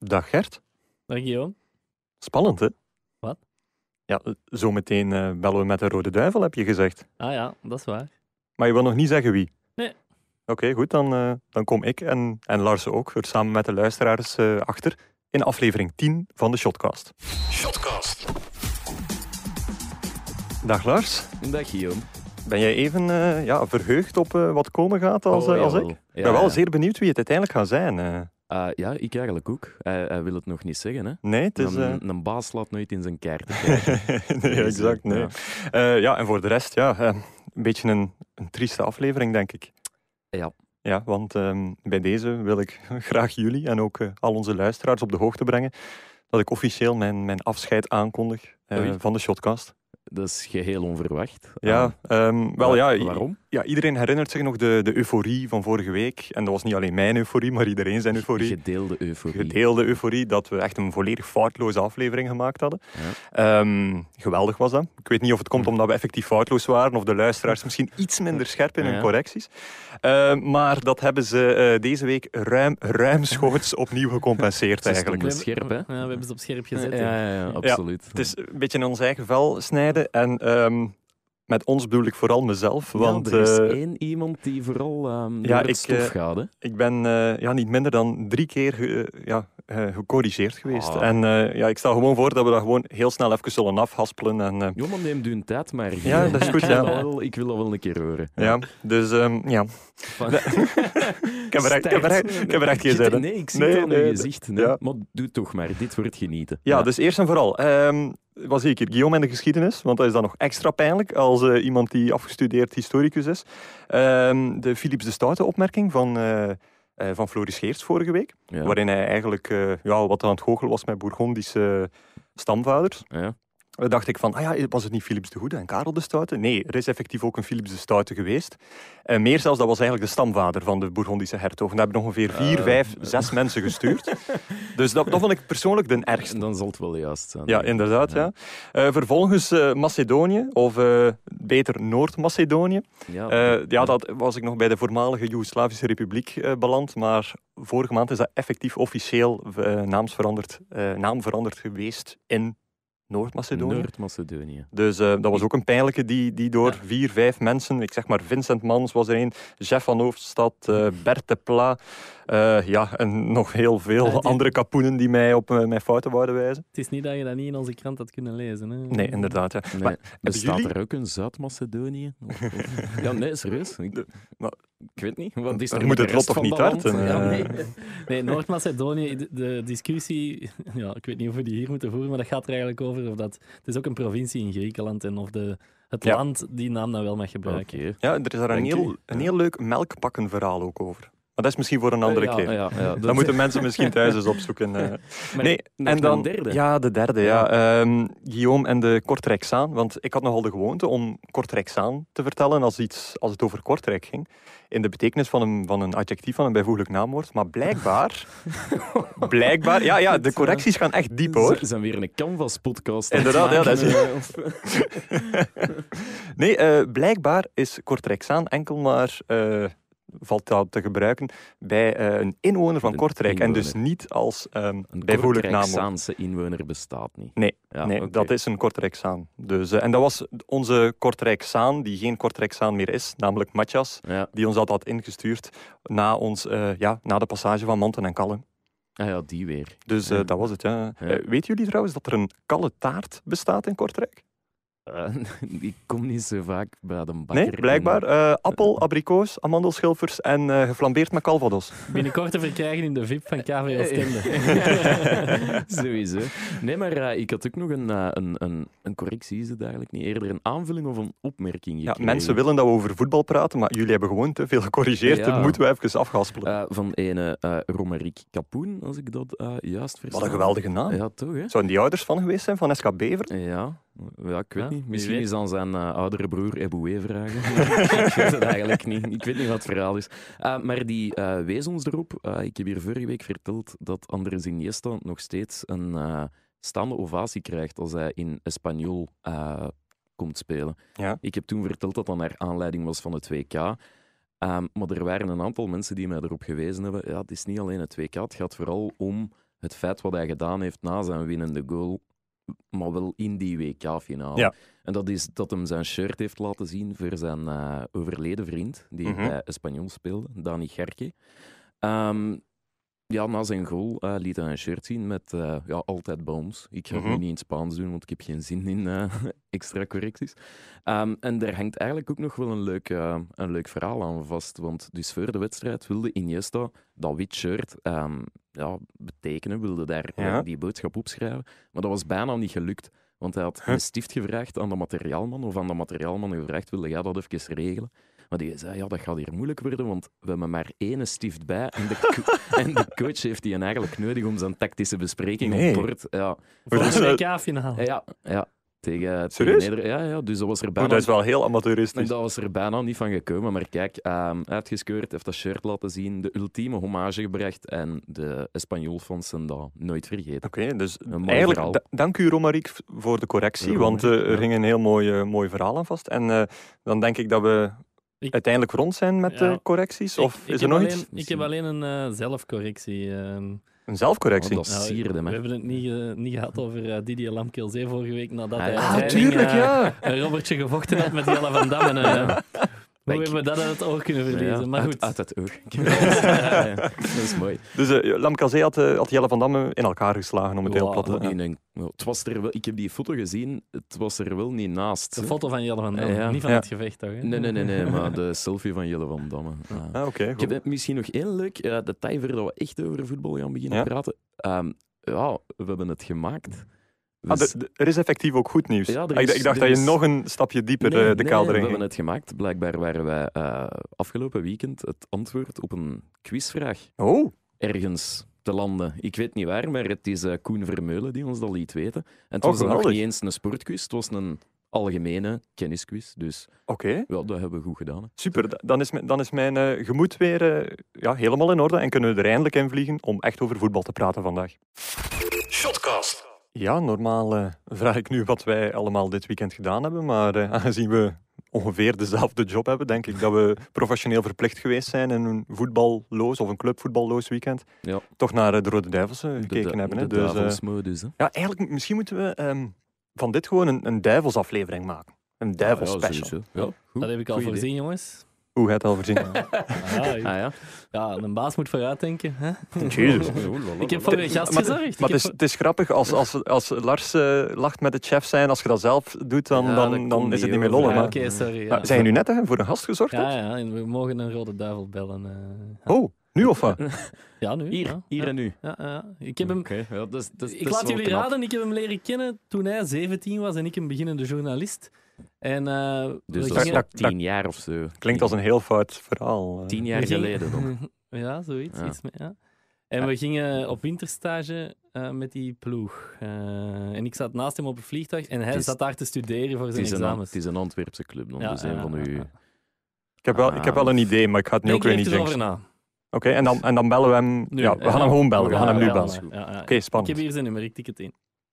Dag Gert. Dag Guillaume. Spannend, hè? Wat? Ja, zometeen bellen we met de Rode Duivel, heb je gezegd. Ah ja, dat is waar. Maar je wil nog niet zeggen wie? Nee. Oké, goed, dan kom ik en Lars ook er samen met de luisteraars achter in aflevering 10 van de Shotcast. Shotcast. Dag Lars. Dag Guillaume. Ben jij even verheugd op wat komen gaat als ik? Ik ben wel zeer benieuwd wie het uiteindelijk gaat zijn. Ja, ik eigenlijk ook. Hij wil het nog niet zeggen. Hè? Nee, het is... Een baas slaat nooit in zijn kaarten kijken. Nee, exact. Nee. Ja. En voor de rest, een beetje een trieste aflevering, denk ik. Ja. Ja, want bij deze wil ik graag jullie en ook al onze luisteraars op de hoogte brengen dat ik officieel mijn afscheid aankondig van de Shotcast. Dat is geheel onverwacht. Waarom? Ja, iedereen herinnert zich nog de euforie van vorige week. En dat was niet alleen mijn euforie, maar iedereen zijn euforie. Gedeelde euforie, dat we echt een volledig foutloze aflevering gemaakt hadden. Ja. Geweldig was dat. Ik weet niet of het komt omdat we effectief foutloos waren, of de luisteraars misschien iets minder scherp in hun correcties. Maar dat hebben ze deze week ruimschoots opnieuw gecompenseerd eigenlijk. We scherp, hè? Ja, we hebben ze op scherp gezet. Ja, absoluut. Ja, het is een beetje in ons eigen vel snijden en... met ons bedoel ik vooral mezelf. Want, er is één iemand die vooral door het stof gaat. Hè? Ik ben niet minder dan 3 keer gecorrigeerd geweest. En ik stel gewoon voor dat we dat gewoon heel snel even zullen afhaspelen. En, Jongen, neem u een tijd, maar ja, dat is goed. Ik wil dat wel een keer horen. Ja, dus ja. Ik heb er echt geen zin in. Nee, ik zie het aan uw gezicht. Nee. Ja. Maar doe toch maar, dit wordt genieten. Ja, dus eerst en vooral... was zeker Guillaume in de geschiedenis, want dat is dan nog extra pijnlijk als iemand die afgestudeerd historicus is. De Philips de Stoute opmerking van Floris Geerts vorige week, waarin hij eigenlijk wat aan het goochelen was met Bourgondische stamvaders. Ja. Dacht ik van, was het niet Philips de Goede en Karel de Stoute? Nee, er is effectief ook een Philips de Stoute geweest. Meer zelfs, dat was eigenlijk de stamvader van de Bourgondische hertogen. Daar hebben ongeveer 4, 5, 6 mensen gestuurd. Dus dat vond ik persoonlijk de ergste. Dan zal het wel juist zijn. Ja, inderdaad. Ja. Vervolgens Macedonië, of beter Noord-Macedonië. Dat was ik nog bij de voormalige Joegoslavische Republiek beland, maar vorige maand is dat effectief officieel naam veranderd geweest in Noord-Macedonië. Dus dat was ook een pijnlijke die door 4, 5 mensen, ik zeg maar Vincent Mans was er een, Jeff van Hoofdstad, Bert de Pla, en nog heel veel andere kapoenen die mij op mijn fouten wouden wijzen. Het is niet dat je dat niet in onze krant had kunnen lezen. Hè? Nee, inderdaad. Ja. Nee. Maar bestaat er ook een Zuid-Macedonië? Ja, nee, serieus. Ik weet niet. Wat is moet het lot toch niet hard? Nee, Noord-Macedonië, de discussie... Ja, ik weet niet of we die hier moeten voeren, maar dat gaat er eigenlijk over of dat... Het is ook een provincie in Griekenland en of het land die naam dan wel mag gebruiken. Okay. Ja, er is daar een heel leuk melkpakkenverhaal ook over. Maar dat is misschien voor een andere keer. Ja, dat moeten mensen misschien thuis eens opzoeken. En dan de derde. Ja, de derde. Ja. Guillaume en de Kortrijksaan. Want ik had nogal de gewoonte om Kortrijksaan te vertellen als het over Kortrijk ging. In de betekenis van een adjectief, van een bijvoeglijk naamwoord. Maar blijkbaar... de correcties gaan echt diep, hoor. Ze zijn weer een Canvas-podcast. Inderdaad, ja, dat is... blijkbaar is Kortrijksaan enkel maar... valt dat te gebruiken bij een inwoner van Kortrijk en dus niet als bijvoeglijk naamwoord. Een Kortrijksaanse inwoner bestaat niet. Nee, dat is een Kortrijksaan. Dus, en dat was onze Kortrijksaan, die geen Kortrijksaan meer is, namelijk Matthias, die ons dat had ingestuurd na de passage van Manten en Kallen. Ah ja, die weer. Dus dat was het, ja. Weten jullie trouwens dat er een kalletaart bestaat in Kortrijk? Ik kom niet zo vaak bij de bakker. Nee, blijkbaar. Appel, abrikoos, amandelschilfers en geflambeerd met calvados. Binnenkort te verkrijgen in de VIP van KV Oostende. Sowieso. Nee, maar ik had ook nog een correctie, is het eigenlijk niet. Eerder een aanvulling of een opmerking gekregen. Ja, mensen willen dat we over voetbal praten, maar jullie hebben gewoon te veel gecorrigeerd. Dat moeten we even afhaspelen. Van ene Romaric Kapoen, als ik dat juist versta. Wat een geweldige naam. Ja, toch, hè? Zouden die ouders van geweest zijn, van SK Bever? Ja, ik weet niet. Misschien is aan zijn oudere broer Eboué vragen. Ik weet het eigenlijk niet. Ik weet niet wat het verhaal is. Maar die wees ons erop. Ik heb hier vorige week verteld dat Andrés Iniesta nog steeds een staande ovatie krijgt als hij in Espanyol komt spelen. Ja. Ik heb toen verteld dat dat naar aanleiding was van het WK. Maar er waren een aantal mensen die mij erop gewezen hebben. Ja, het is niet alleen het WK, het gaat vooral om het feit wat hij gedaan heeft na zijn winnende goal, maar wel in die WK-finale. Ja. En dat is dat hem zijn shirt heeft laten zien voor zijn overleden vriend, die bij Espanyol speelde, Dani Gerke. Na zijn goal liet hij een shirt zien met altijd bombs. Ik ga het nu niet in het Spaans doen, want ik heb geen zin in extra correcties. En daar hangt eigenlijk ook nog wel een leuk verhaal aan vast. Want dus voor de wedstrijd wilde Iniesta dat wit shirt betekenen, wilde daar die boodschap opschrijven. Maar dat was bijna niet gelukt. Want hij had een stift gevraagd aan de materiaalman, of aan de materiaalman gevraagd, wilde jij dat even regelen? Maar die zei, dat gaat hier moeilijk worden, want we hebben maar 1 stift bij. En de coach heeft die eigenlijk nodig om zijn tactische bespreking op bord. Ja. Voor de WK-finale. Ja. Tegen Serieus? Ja, dus dat was er bijna... dat is wel heel amateuristisch. Dat was er bijna niet van gekomen. Maar kijk, uitgeskeurd, heeft dat shirt laten zien, de ultieme hommage gebracht en de Espanyol-fans zijn dat nooit vergeten. Oké, dus eigenlijk, dank u Romaric voor de correctie, want er ging een heel mooi verhaal aan vast. En dan denk ik dat we uiteindelijk rond zijn met de correcties, of is er nog iets? Ik heb alleen een zelfcorrectie. Een zelfcorrectie? Dat sierde me. We hebben het niet gehad over Didier Lamkelzee vorige week, nadat hij een robbertje gevochten had met Jelle van Damme. Hoe hebben we dat uit het oog kunnen verliezen? Maar goed. Uit het oog. Dat is mooi. Dus Lamkelzee had Jelle van Damme in elkaar geslagen, om het heel plat te zeggen. Het was er wel, ik heb die foto gezien, het was er wel niet naast. De foto van Jelle van Damme, niet van het gevecht toch? Hè? Nee, maar de selfie van Jelle van Damme. Okay, ik heb misschien nog één leuk detail voor dat we echt over voetbal gaan beginnen praten. We hebben het gemaakt. Dus... er is effectief ook goed nieuws. Ik dacht dat je nog een stapje dieper de kelder in ging. We hebben het gemaakt. Blijkbaar waren wij afgelopen weekend het antwoord op een quizvraag. Ergens te landen. Ik weet niet waar, maar het is Koen Vermeulen die ons dat liet weten. En het was nog niet eens een sportquiz, het was een algemene kennisquiz. Dus dat hebben we goed gedaan. Hè. Super, dan is mijn gemoed weer helemaal in orde en kunnen we er eindelijk in vliegen om echt over voetbal te praten vandaag. Shotcast. Ja, normaal vraag ik nu wat wij allemaal dit weekend gedaan hebben, maar aangezien we ongeveer dezelfde job hebben, denk ik dat we professioneel verplicht geweest zijn in een voetballoos of een clubvoetballoos weekend. Ja. Toch naar de Rode Duivels gekeken hebben. De duivelsmodus. Hè? Ja, eigenlijk misschien moeten we van dit gewoon een duivelsaflevering maken. Een duivelsspecial. Dat heb ik al voorzien, jongens. Hoe gaat het al voorzien? Ja, een baas moet vooruit denken. Hè? Jezus. Ik heb voor een gast gezorgd. Maar het is grappig, als Lars lacht met het chef zijn, als je dat zelf doet, dan is het niet meer lollen. Oké, sorry. Ja. Zijn je nu net voor een gast gezorgd? Ja, en we mogen een Rode Duivel bellen. Nu of wat? Ja, nu. Hier en nu. Ja. Ik heb hem... Ik laat jullie raden, ik heb hem leren kennen toen hij 17 was en ik een beginnende journalist. En, dus dat is 10 jaar of zo. Klinkt als een heel fout verhaal. 10 jaar geleden dan. Ja, zoiets. Iets mee, ja. En we gingen op winterstage met die ploeg. En ik zat naast hem op een vliegtuig en hij zat daar te studeren voor zijn examens. Het is een Antwerpse club dan, dus een van uw... Ik heb wel een idee, maar ik ga het nu ook weer niet denken. Oké, en dan bellen we hem... Nu, we gaan hem gewoon bellen. We gaan hem nu bellen. Oké, spannend. Ik heb hier zijn nummer, ik tik het in.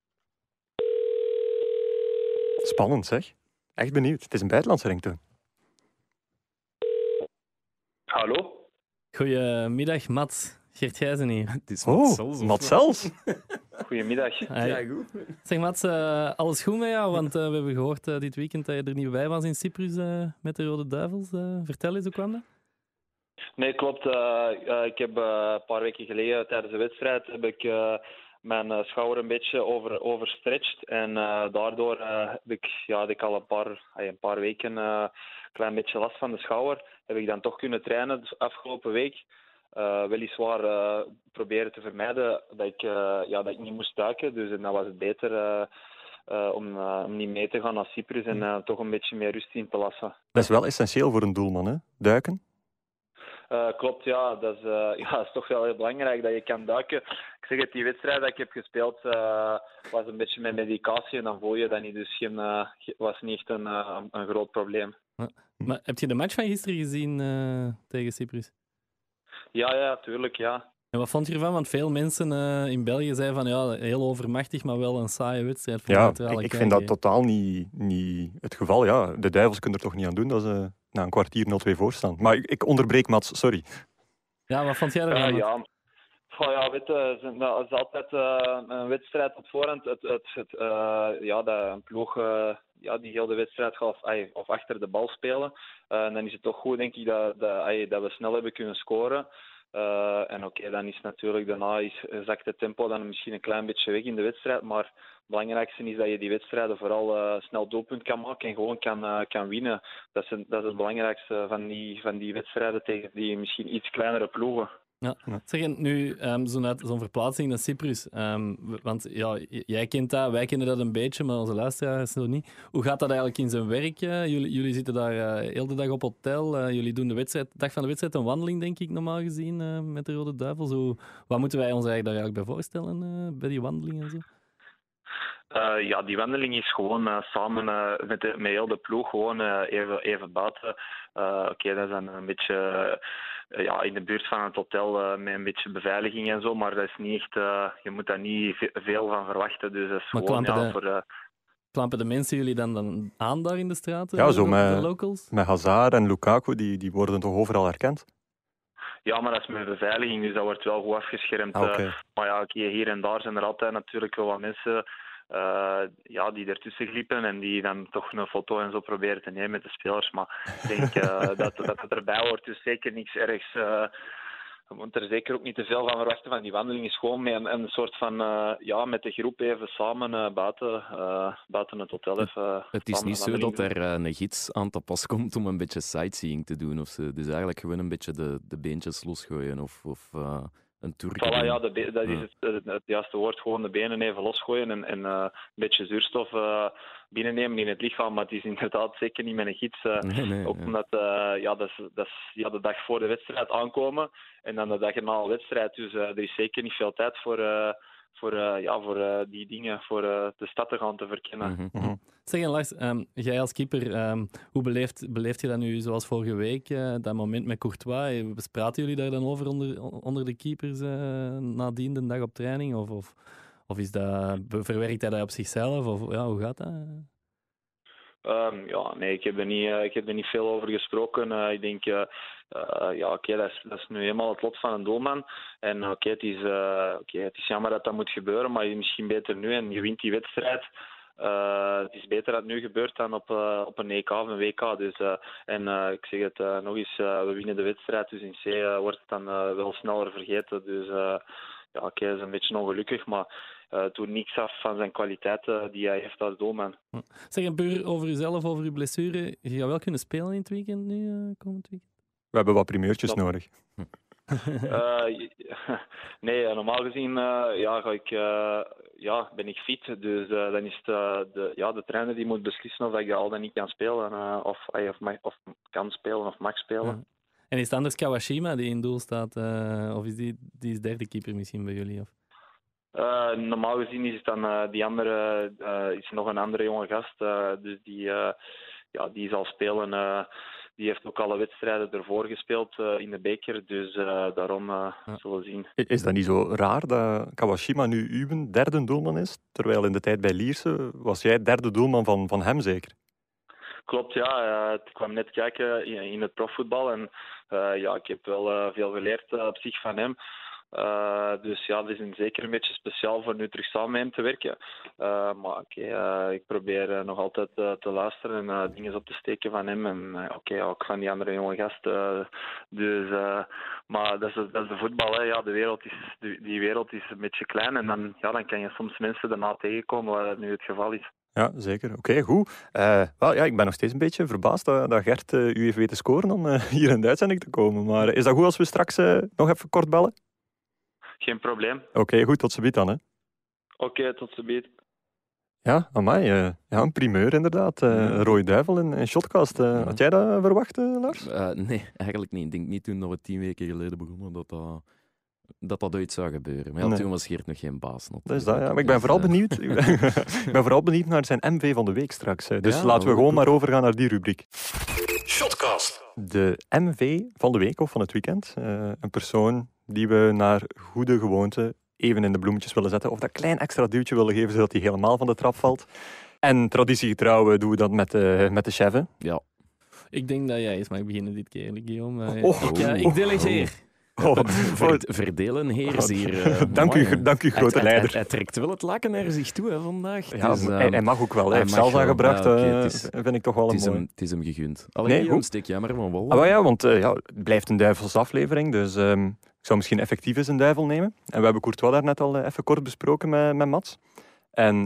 Spannend, zeg. Echt benieuwd. Het is een buitenlandse ringtoon. Hallo? Goedemiddag, Mats. Gert Gijzen hier. Het is Mats Zels. Goedemiddag. Ja, goed. Zeg Mats, alles goed met jou? Want we hebben gehoord dit weekend dat je er niet bij was in Cyprus met de Rode Duivels. Vertel eens, hoe kwam dat? Nee, klopt. Ik heb een paar weken geleden tijdens de wedstrijd heb ik mijn schouder een beetje overstretched. En daardoor heb ik al een paar weken een klein beetje last van de schouder. Heb ik dan toch kunnen trainen de afgelopen week. Weliswaar proberen te vermijden dat ik niet moest duiken. Dus dan was het beter om niet mee te gaan naar Cyprus en toch een beetje meer rust in te lassen. Dat is wel essentieel voor een doelman, hè? Duiken? Klopt, ja. Dat is toch wel heel belangrijk dat je kan duiken. Ik zeg het, die wedstrijd dat ik heb gespeeld was een beetje met medicatie en dan voel je dat niet. Dus was niet echt een groot probleem. Maar heb je de match van gisteren gezien tegen Cyprus? Ja, tuurlijk, ja. En wat vond je ervan? Want veel mensen in België zeiden van heel overmachtig, maar wel een saaie wedstrijd. Ik vind dat totaal niet het geval. Ja, de Duivels kunnen er toch niet aan doen dat ze na een kwartier 0-2 voorstaan. Maar ik onderbreek Mats, sorry. Ja, wat vond jij ervan? Ja, weet je, dat is altijd een wedstrijd op voorhand. Dat een ploeg die heel de wedstrijd gaat of achter de bal spelen. En dan is het toch goed, denk ik, dat we snel hebben kunnen scoren. En dan is natuurlijk daarna zakt het tempo dan misschien een klein beetje weg in de wedstrijd. Maar het belangrijkste is dat je die wedstrijden vooral snel doelpunt kan maken en gewoon kan winnen. Dat is het belangrijkste van die wedstrijden tegen die misschien iets kleinere ploegen. Ja. Zeg, nu zo'n verplaatsing naar Cyprus. Want ja, jij kent dat, wij kennen dat een beetje, maar onze luisteraars nog niet. Hoe gaat dat eigenlijk in zijn werk? Jullie zitten daar heel de dag op hotel. Jullie doen de dag van de wedstrijd een wandeling, denk ik, normaal gezien, met de Rode Duivels. Wat moeten wij ons eigenlijk daar eigenlijk bij voorstellen, bij die wandeling en zo? Die wandeling is gewoon samen met heel de ploeg gewoon even buiten. Dat is dan een beetje in de buurt van het hotel met een beetje beveiliging en zo, maar dat is niet echt, je moet daar niet veel van verwachten. Dus dat is maar gewoon klampen de mensen jullie dan aan daar in de straten? Ja, zo de locals? met Hazard en Lukaku, die worden toch overal herkend? Ja, maar dat is met beveiliging, dus dat wordt wel goed afgeschermd. Maar hier en daar zijn er altijd natuurlijk wel wat mensen die ertussen gliepen en die dan toch een foto en zo proberen te nemen met de spelers. Maar ik denk dat het erbij hoort, dus zeker niks ergs. Je moet er zeker ook niet te veel van verwachten. Van die wandeling is gewoon met een soort van met de groep even samen buiten het hotel. Het is niet zo dat er een gids aan te pas komt om een beetje sightseeing te doen. Dus eigenlijk gewoon een beetje de beentjes losgooien of een tour. Dat is het juiste woord. Gewoon de benen even losgooien en een beetje zuurstof binnennemen in het lichaam. Maar het is inderdaad zeker niet met een gids. Ook omdat dat is de dag voor de wedstrijd aankomen en dan de dag erna de wedstrijd. Dus er is zeker niet veel tijd voor die dingen, voor de stad te gaan te verkennen. Mm-hmm. Zeg, Lars, jij als keeper, hoe beleeft je dat nu zoals vorige week, dat moment met Courtois? Praten jullie daar dan over onder de keepers nadien de dag op training? Of is dat, verwerkt hij dat op zichzelf? Of hoe gaat dat? Ik heb er niet veel over gesproken. Ik denk, dat is nu helemaal het lot van een doelman. En het is jammer dat dat moet gebeuren, maar misschien beter nu en je wint die wedstrijd. Het is beter dat het nu gebeurt dan op een EK of een WK. Dus, ik zeg het nog eens, we winnen de wedstrijd, dus in C wordt het dan wel sneller vergeten. Dus dat is een beetje ongelukkig, maar het doet niks af van zijn kwaliteit die hij heeft als doelman. Zeg, puur over jezelf, over je blessure. Je gaat wel kunnen spelen in het weekend nu, komend weekend? We hebben wat primeurtjes nodig. Nee, normaal gezien ben ik fit. Dus dan is het de trainer die moet beslissen of ik al dan niet kan spelen. Of kan spelen of mag spelen. Ja. En is het anders Kawashima die in doel staat? Of is die is derde keeper misschien bij jullie? Of? Normaal gezien is het dan die andere, is nog een andere jonge gast. Dus die zal spelen. Die heeft ook alle wedstrijden ervoor gespeeld in de beker. Dus daarom zullen we zien. Is dat niet zo raar dat Kawashima nu uw derde doelman is? Terwijl in de tijd bij Lierse was jij derde doelman van hem zeker? Klopt, ja. Ik kwam net kijken in het profvoetbal. En ik heb wel veel geleerd op zich van hem. Dus het is zeker een beetje speciaal voor nu terug samen met hem te werken. Maar ik probeer nog altijd te luisteren en dingen op te steken van hem. En ook van die andere jonge gasten. Maar dat is de voetbal. Hè. Ja, die wereld is een beetje klein. En dan kan je soms mensen daarna tegenkomen waar dat nu het geval is. Ja, zeker. Oké, goed. Ik ben nog steeds een beetje verbaasd dat Gert u heeft weten scoren om hier in de uitzending te komen. Maar is dat goed als we straks nog even kort bellen? Geen probleem. Oké, goed. Tot ziens dan. Hè. Oké, tot ziens. Ja, amai. Een primeur inderdaad. Een Rode Duivel in Shotcast. Had jij dat verwacht, Lars? Nee, eigenlijk niet. Ik denk niet toen we 10 weken geleden begonnen dat ooit zou gebeuren. Maar toen was Geert nog geen baas. Dat is dat, ja. Maar ik ben vooral benieuwd. Ik ben vooral benieuwd naar zijn MV van de week straks. Dus laten we gewoon maar overgaan naar die rubriek. Shotcast. De MV van de week of van het weekend. Een persoon die we naar goede gewoonte even in de bloemetjes willen zetten. Of dat klein extra duwtje willen geven, zodat hij helemaal van de trap valt. En traditiegetrouw doen we dat met de chef. Ja. Ik denk dat jij eens mag beginnen dit keer, Guillaume. Ik delegeer. Verdelen, heers hier. Dank u, grote leider. Hij trekt wel het laken naar zich toe vandaag. Ja, dus, hij mag ook wel. Hij heeft zelfs aangebracht. Vind ik toch wel een mooi. Het is hem gegund. Alleen een steek jammer van wel. Ja, want het blijft een duivelse aflevering. Dus ik zou misschien effectief eens een duivel nemen. En we hebben Courtois daar net al even kort besproken met Mats. En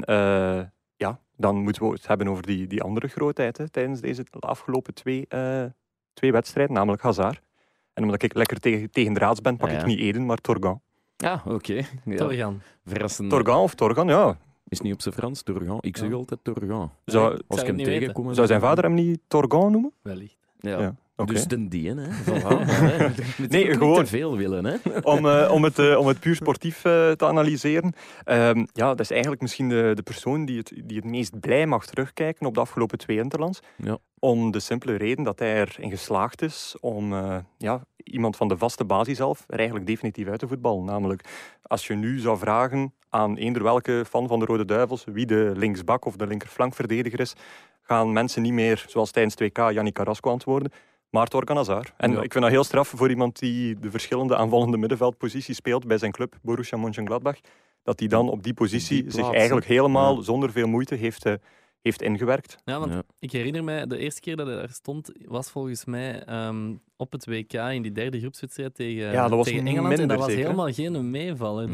dan moeten we het hebben over die andere grootheid tijdens deze afgelopen twee wedstrijden, namelijk Hazard. En omdat ik lekker tegen draads ben, pak ik niet Eden, maar Torgan. Oké. Ja. Torgan. Verrassend. Torgan of Torgan, ja. Is niet op zijn Frans, Torgan. Ik zeg altijd Torgan. Als ik hem tegenkom... Zou zijn vader hem niet Torgan noemen? Wellicht. Ja. Okay. Dus de dien, hè. Voilà. Nee, gewoon te veel willen, hè. Om het puur sportief te analyseren. Dat is eigenlijk misschien de persoon die het meest blij mag terugkijken op de afgelopen 2 interlands. Ja. Om de simpele reden dat hij erin geslaagd is om iemand van de vaste basis zelf er eigenlijk definitief uit te voetballen. Namelijk, als je nu zou vragen aan eender welke fan van de Rode Duivels wie de linksbak of de linkerflankverdediger is, gaan mensen niet meer, zoals tijdens 2K, Yannick Carrasco antwoorden, maar Torgan Hazard. En ik vind dat heel straf voor iemand die de verschillende aanvallende middenveldposities speelt bij zijn club, Borussia Mönchengladbach, dat hij dan op die positie zich eigenlijk helemaal zonder veel moeite heeft ingewerkt. Ja, want ik herinner mij, de eerste keer dat hij daar stond, was volgens mij op het WK in die derde groepswedstrijd tegen Engeland. Minder, en dat was zeker, helemaal geen meevaller.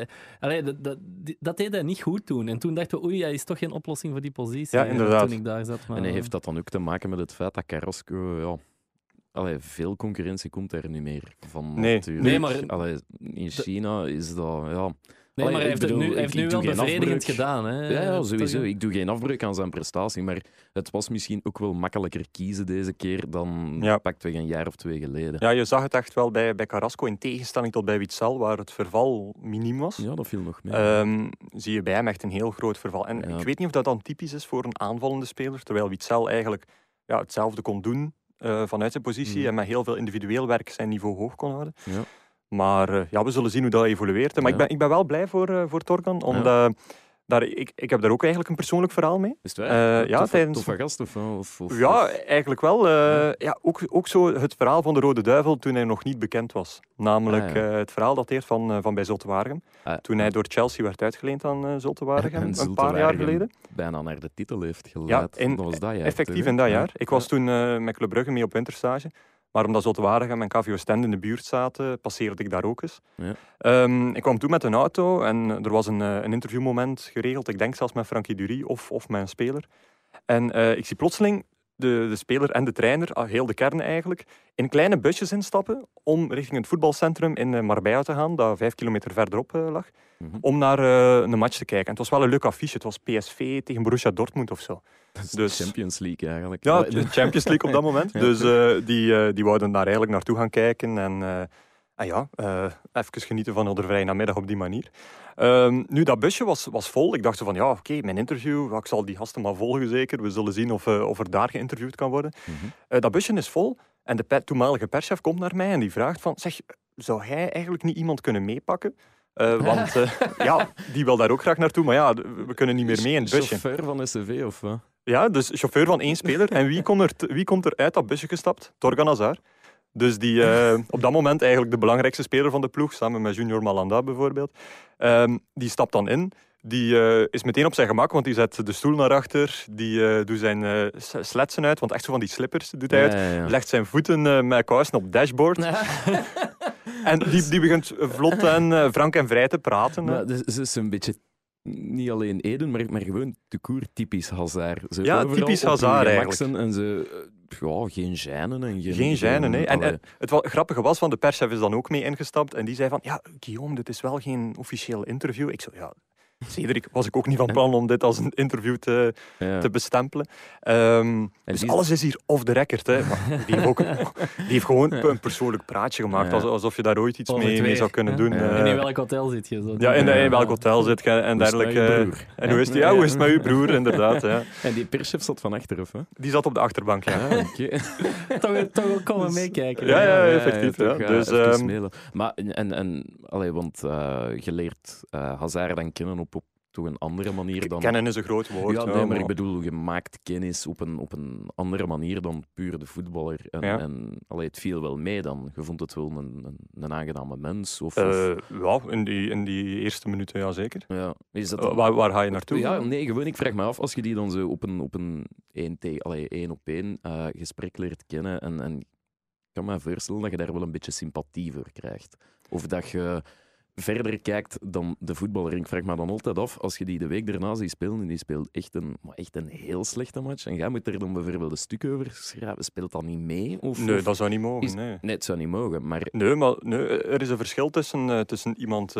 Dat deed hij niet goed toen. En toen dachten we, hij is toch geen oplossing voor die positie. Ja, inderdaad. Toen ik daar zat. Maar, en hij heeft dat dan ook te maken met het feit dat Carrasco... veel concurrentie komt er niet meer van. Nee, maar in China is dat... Ja. Nee, maar hij heeft nu wel bevredigend gedaan. Hè? Ja, sowieso. Ik doe geen afbreuk aan zijn prestatie, maar het was misschien ook wel makkelijker kiezen deze keer dan pakweg een jaar of 2 geleden. Ja, je zag het echt wel bij Carrasco, in tegenstelling tot bij Witsel, waar het verval miniem was. Ja, dat viel nog mee. Zie je bij hem echt een heel groot verval. En ik weet niet of dat dan typisch is voor een aanvallende speler, terwijl Witsel eigenlijk hetzelfde kon doen vanuit zijn positie en met heel veel individueel werk zijn niveau hoog kon houden. Ja. Maar we zullen zien hoe dat evolueert. Maar ik ben wel blij voor Torgan, omdat ik heb daar ook eigenlijk een persoonlijk verhaal mee. Is het waar? Toffe gast of? Ja, eigenlijk wel. Ook zo het verhaal van de Rode Duivel toen hij nog niet bekend was. Namelijk het verhaal dateert van bij Zulte Waregem. Toen hij door Chelsea werd uitgeleend aan Zulte Waregem, een paar jaar geleden. Bijna naar de titel heeft geleid. Ja, dat was dat jaar. Effectief in dat jaar. Ik was toen met Club Brugge mee op winterstage. Maar omdat Zulte Waregem en KV Oostende in de buurt zaten, passeerde ik daar ook eens. Ja. Ik kwam toen met een auto en er was een interviewmoment geregeld. Ik denk zelfs met Frankie Dury of met een speler. En ik zie plotseling de speler en de trainer, heel de kern eigenlijk, in kleine busjes instappen om richting het voetbalcentrum in Marbella te gaan, dat 5 kilometer verderop lag, om naar een match te kijken. En het was wel een leuk affiche. Het was PSV tegen Borussia Dortmund of zo. Dus Champions League eigenlijk. Ja, de Champions League op dat moment. Ja. Dus die wouden daar eigenlijk naartoe gaan kijken. En even genieten van de vrije namiddag op die manier. Nu, dat busje was vol. Ik dacht zo van, oké, mijn interview, ik zal die gasten maar volgen zeker. We zullen zien of er daar geïnterviewd kan worden. Dat busje is vol. En de toenmalige perschef komt naar mij en die vraagt van, zeg, zou hij eigenlijk niet iemand kunnen meepakken? Want die wil daar ook graag naartoe. Maar we kunnen niet meer mee in het busje. Chauffeur van SCV of wat? Ja, dus chauffeur van 1 speler. En wie komt er uit dat busje gestapt? Torgan Hazard. Dus die op dat moment eigenlijk de belangrijkste speler van de ploeg, samen met Junior Malanda bijvoorbeeld, die stapt dan in. Die is meteen op zijn gemak, want die zet de stoel naar achter. Die doet zijn sletsen uit, want echt zo van die slippers doet hij uit. Ja. Legt zijn voeten met kousen op het dashboard. En die begint vlot en frank en vrij te praten. Maar het is een beetje... Niet alleen Eden, maar gewoon te koer typisch Hazard. Zo typisch Hazard eigenlijk. En geen gênen. Geen gênen, nee. En het grappige was, van de perschef is dan ook mee ingestapt. En die zei van, Guillaume, dit is wel geen officieel interview. Ik zo, Cedric, was ik ook niet van plan om dit als een interview te bestempelen. Dus alles is hier off the record. Hè. Die heeft gewoon een persoonlijk praatje gemaakt. Alsof je daar ooit iets mee zou kunnen doen. En in welk hotel zit je? In welk hotel zit je en dergelijke. En hoe is het met uw broer, inderdaad. Ja. En die perschef zat van achter, of? Hè? Die zat op de achterbank, ja. Toch ook komen meekijken. Ja, effectief. Maar, want je leert Hazard dan kennen op toch een andere manier dan... Kennen is een groot woord. Ja, nee, maar ik bedoel, je maakt kennis op een andere manier dan puur de voetballer. En het viel wel mee dan. Je vond het wel een aangename mens? Ja, in die eerste minuten, ja zeker. Ja. Is dat waar ga je naartoe? Ja, nee, gewoon, ik vraag me af, als je die dan zo op een 1-op-1 gesprek leert kennen en ik kan me voorstellen dat je daar wel een beetje sympathie voor krijgt. Of dat je verder kijkt dan de voetballer. Ik vraag me dan altijd af, als je die de week daarna ziet spelen, en die speelt echt een heel slechte match, en jij moet er dan bijvoorbeeld een stuk over schrijven, speelt dat niet mee? Nee, dat zou niet mogen. Nee, het zou niet mogen, maar... Nee, er is een verschil tussen iemand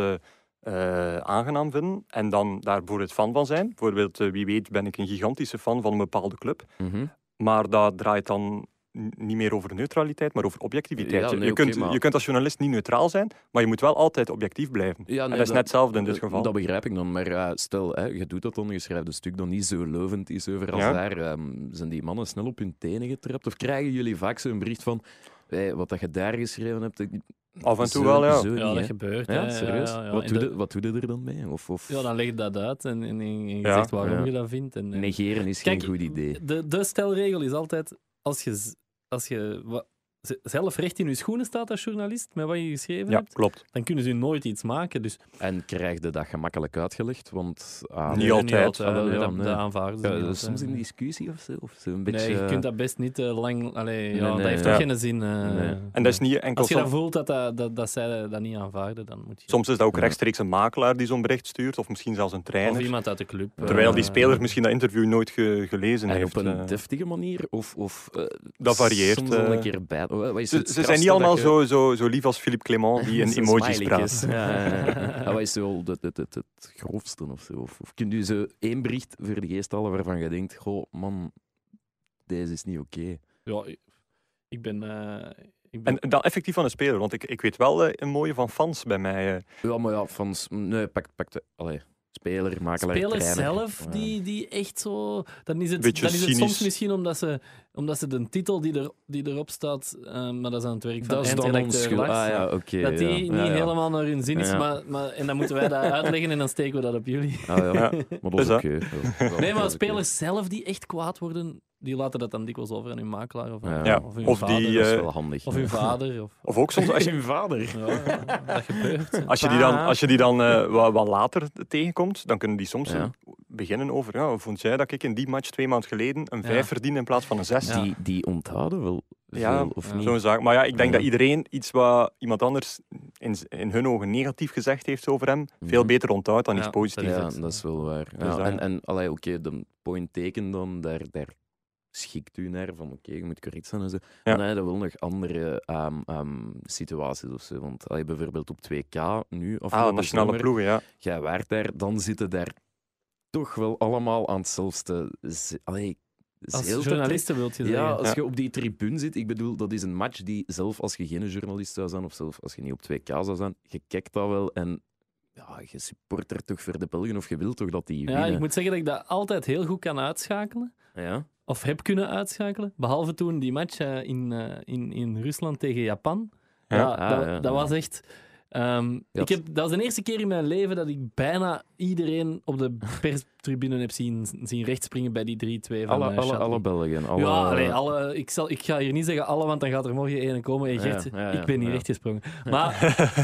aangenaam vinden en dan daar bijvoorbeeld fan van zijn. Bijvoorbeeld, wie weet ben ik een gigantische fan van een bepaalde club. Mm-hmm. Maar dat draait dan niet meer over neutraliteit, maar over objectiviteit. Ja, nee, je kunt als journalist niet neutraal zijn, maar je moet wel altijd objectief blijven. Ja, nee, en dat is net hetzelfde in dit geval. Dat begrijp ik dan, maar stel, je doet dat dan, je schrijft een stuk dat niet zo lovend is over als daar. Zijn die mannen snel op hun tenen getrapt? Of krijgen jullie vaak zo'n bericht van wat dat je daar geschreven hebt... Af en toe wel, ja. Niet, dat gebeurt. Ja, serieus? Ja. Wat doe je er dan mee? Of... Ja, dan leg je dat uit en je zegt waarom je dat vindt. En, negeren is geen goed idee. De stelregel is altijd, als je zelf recht in je schoenen staat als journalist, met wat je geschreven hebt, klopt. dan kunnen ze nooit iets maken. Dus... En krijg je dat gemakkelijk uitgelegd? Want, niet altijd. Dat aanvaarden ze niet. Soms in discussie of zo een beetje... Nee, je kunt dat best niet lang... dat heeft toch geen zin. En dat is niet enkel... Als je dat voelt dat zij dat niet aanvaarden, dan moet je... Soms is dat ook rechtstreeks een makelaar die zo'n bericht stuurt, of misschien zelfs een trainer. Of iemand uit de club. Terwijl die speler misschien dat interview nooit gelezen heeft. En op een deftige manier? Of dat varieert. Soms al een keer bij... Ze zijn niet allemaal zo lief als Philippe Clement, die in emojis praat. Wat is zo het grofste of zo? Of kun je zo één bericht voor de geest halen waarvan je denkt, goh, man, deze is niet oké. Ja, ik ben... En dan effectief van een speler, want ik weet wel een mooie van fans bij mij. Ja, maar ja, fans... Nee, pak allee. Speler, makelaar, Spelers trainer. zelf, die echt zo... Dan is het cynisch. soms misschien omdat ze de titel die erop staat, maar dat is aan het werk van dat is dan eindredacteur onschuld. Lars, Okay, dat die niet helemaal naar hun zin is, maar en dan moeten wij dat uitleggen en dan steken we dat op jullie. Maar dat is oké. Nee, maar spelers zelf die echt kwaad worden, die laten dat dan dikwijls over aan hun makelaar of hun of vader. die, dat is wel handig. Of hun vader. Of ook soms... Als je, hun vader. Ja, dat gebeurt. Als je die dan wat later tegenkomt, dan kunnen die soms beginnen over... vond jij dat ik in die match 2 maanden geleden een 5 verdiende in plaats van een 6? Die onthouden wel veel, of niet? Zo'n zaak. Maar ik denk dat iedereen iets wat iemand anders in hun ogen negatief gezegd heeft over hem, veel beter onthoudt dan iets positiefs. Ja, dat is wel waar. De point taken dan, daar schikt u naar van je moet correct zijn en zo. Ja. Dan heb je wel nog andere situaties of zo. Want bijvoorbeeld op 2K nu... nationale ploegen, ja. Jij waart daar, dan zitten daar toch wel allemaal aan hetzelfde... Als journalisten wilt je zeggen. Ja, als je op die tribune zit, ik bedoel, dat is een match die, zelf als je geen journalist zou zijn, of zelf als je niet op 2K zou zijn, je kijkt dat wel en je supportert toch voor de Belgen, of je wilt toch dat die winnen. Ja, ik moet zeggen dat ik dat altijd heel goed kan uitschakelen. Ja? Of heb kunnen uitschakelen. Behalve toen die match in Rusland tegen Japan. Dat was echt... dat was de eerste keer in mijn leven dat ik bijna iedereen op de perstribune heb zien rechtspringen bij die 3-2 van alle Belgen. Ik ga hier niet zeggen alle, want dan gaat er morgen één komen. Hey Gert, ik ben niet rechtgesprongen. Maar...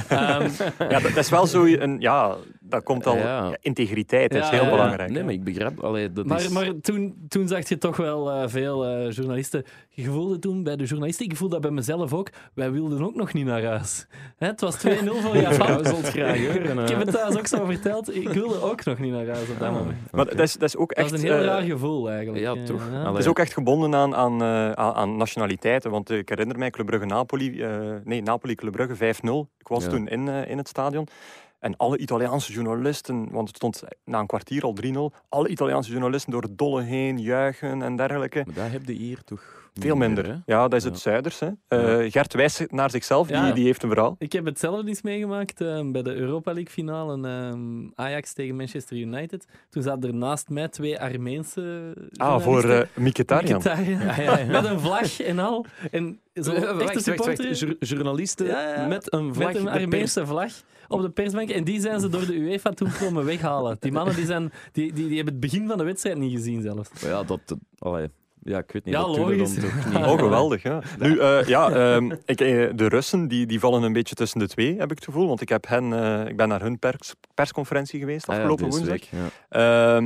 dat is wel zo... dat komt al... Integriteit is heel belangrijk. Nee, maar ik begrijp... Maar toen zag je toch wel veel journalisten. Je voelde toen bij de journalisten, ik voelde dat bij mezelf ook, wij wilden ook nog niet naar huis. Het was 2-0 voor Japan. Ik heb het thuis ook zo verteld. Ik wilde ook nog niet naar huis op dat moment. Maar dat is ook echt... Dat is een heel raar gevoel, eigenlijk. Ja, toch. Het is ook echt gebonden aan nationaliteiten. Want ik herinner mij Club Brugge-Napoli... Napoli-Club Brugge 5-0. Ik was toen in het stadion. En alle Italiaanse journalisten... Want het stond na een kwartier al 3-0. Alle Italiaanse journalisten door het dolle heen, juichen en dergelijke. Maar dat heb je hier toch... Veel minder. hè? Ja, dat is het Zuiders. Hè. Gert wijst naar zichzelf, Ja. die heeft een verhaal. Ik heb hetzelfde eens meegemaakt bij de Europa League finale. Ajax tegen Manchester United. Toen zaten er naast mij 2 Armeense Voor Mkhitaryan. Mkhitaryan. Met een vlag en al. En zo echte supporters Journalisten met een vlag. met een de pers- Armeense vlag op de persbank. En die zijn ze door de UEFA toen komen weghalen. Die mannen die hebben het begin van de wedstrijd niet gezien zelfs. Ja, allee. Ja, ik weet niet. Ja, dat doen we logisch. dan toch niet. Oh, geweldig. Ja. Nu, de Russen die vallen een beetje tussen de twee, heb ik het gevoel. Want ik ben naar hun persconferentie geweest afgelopen deze woensdag. week, ja.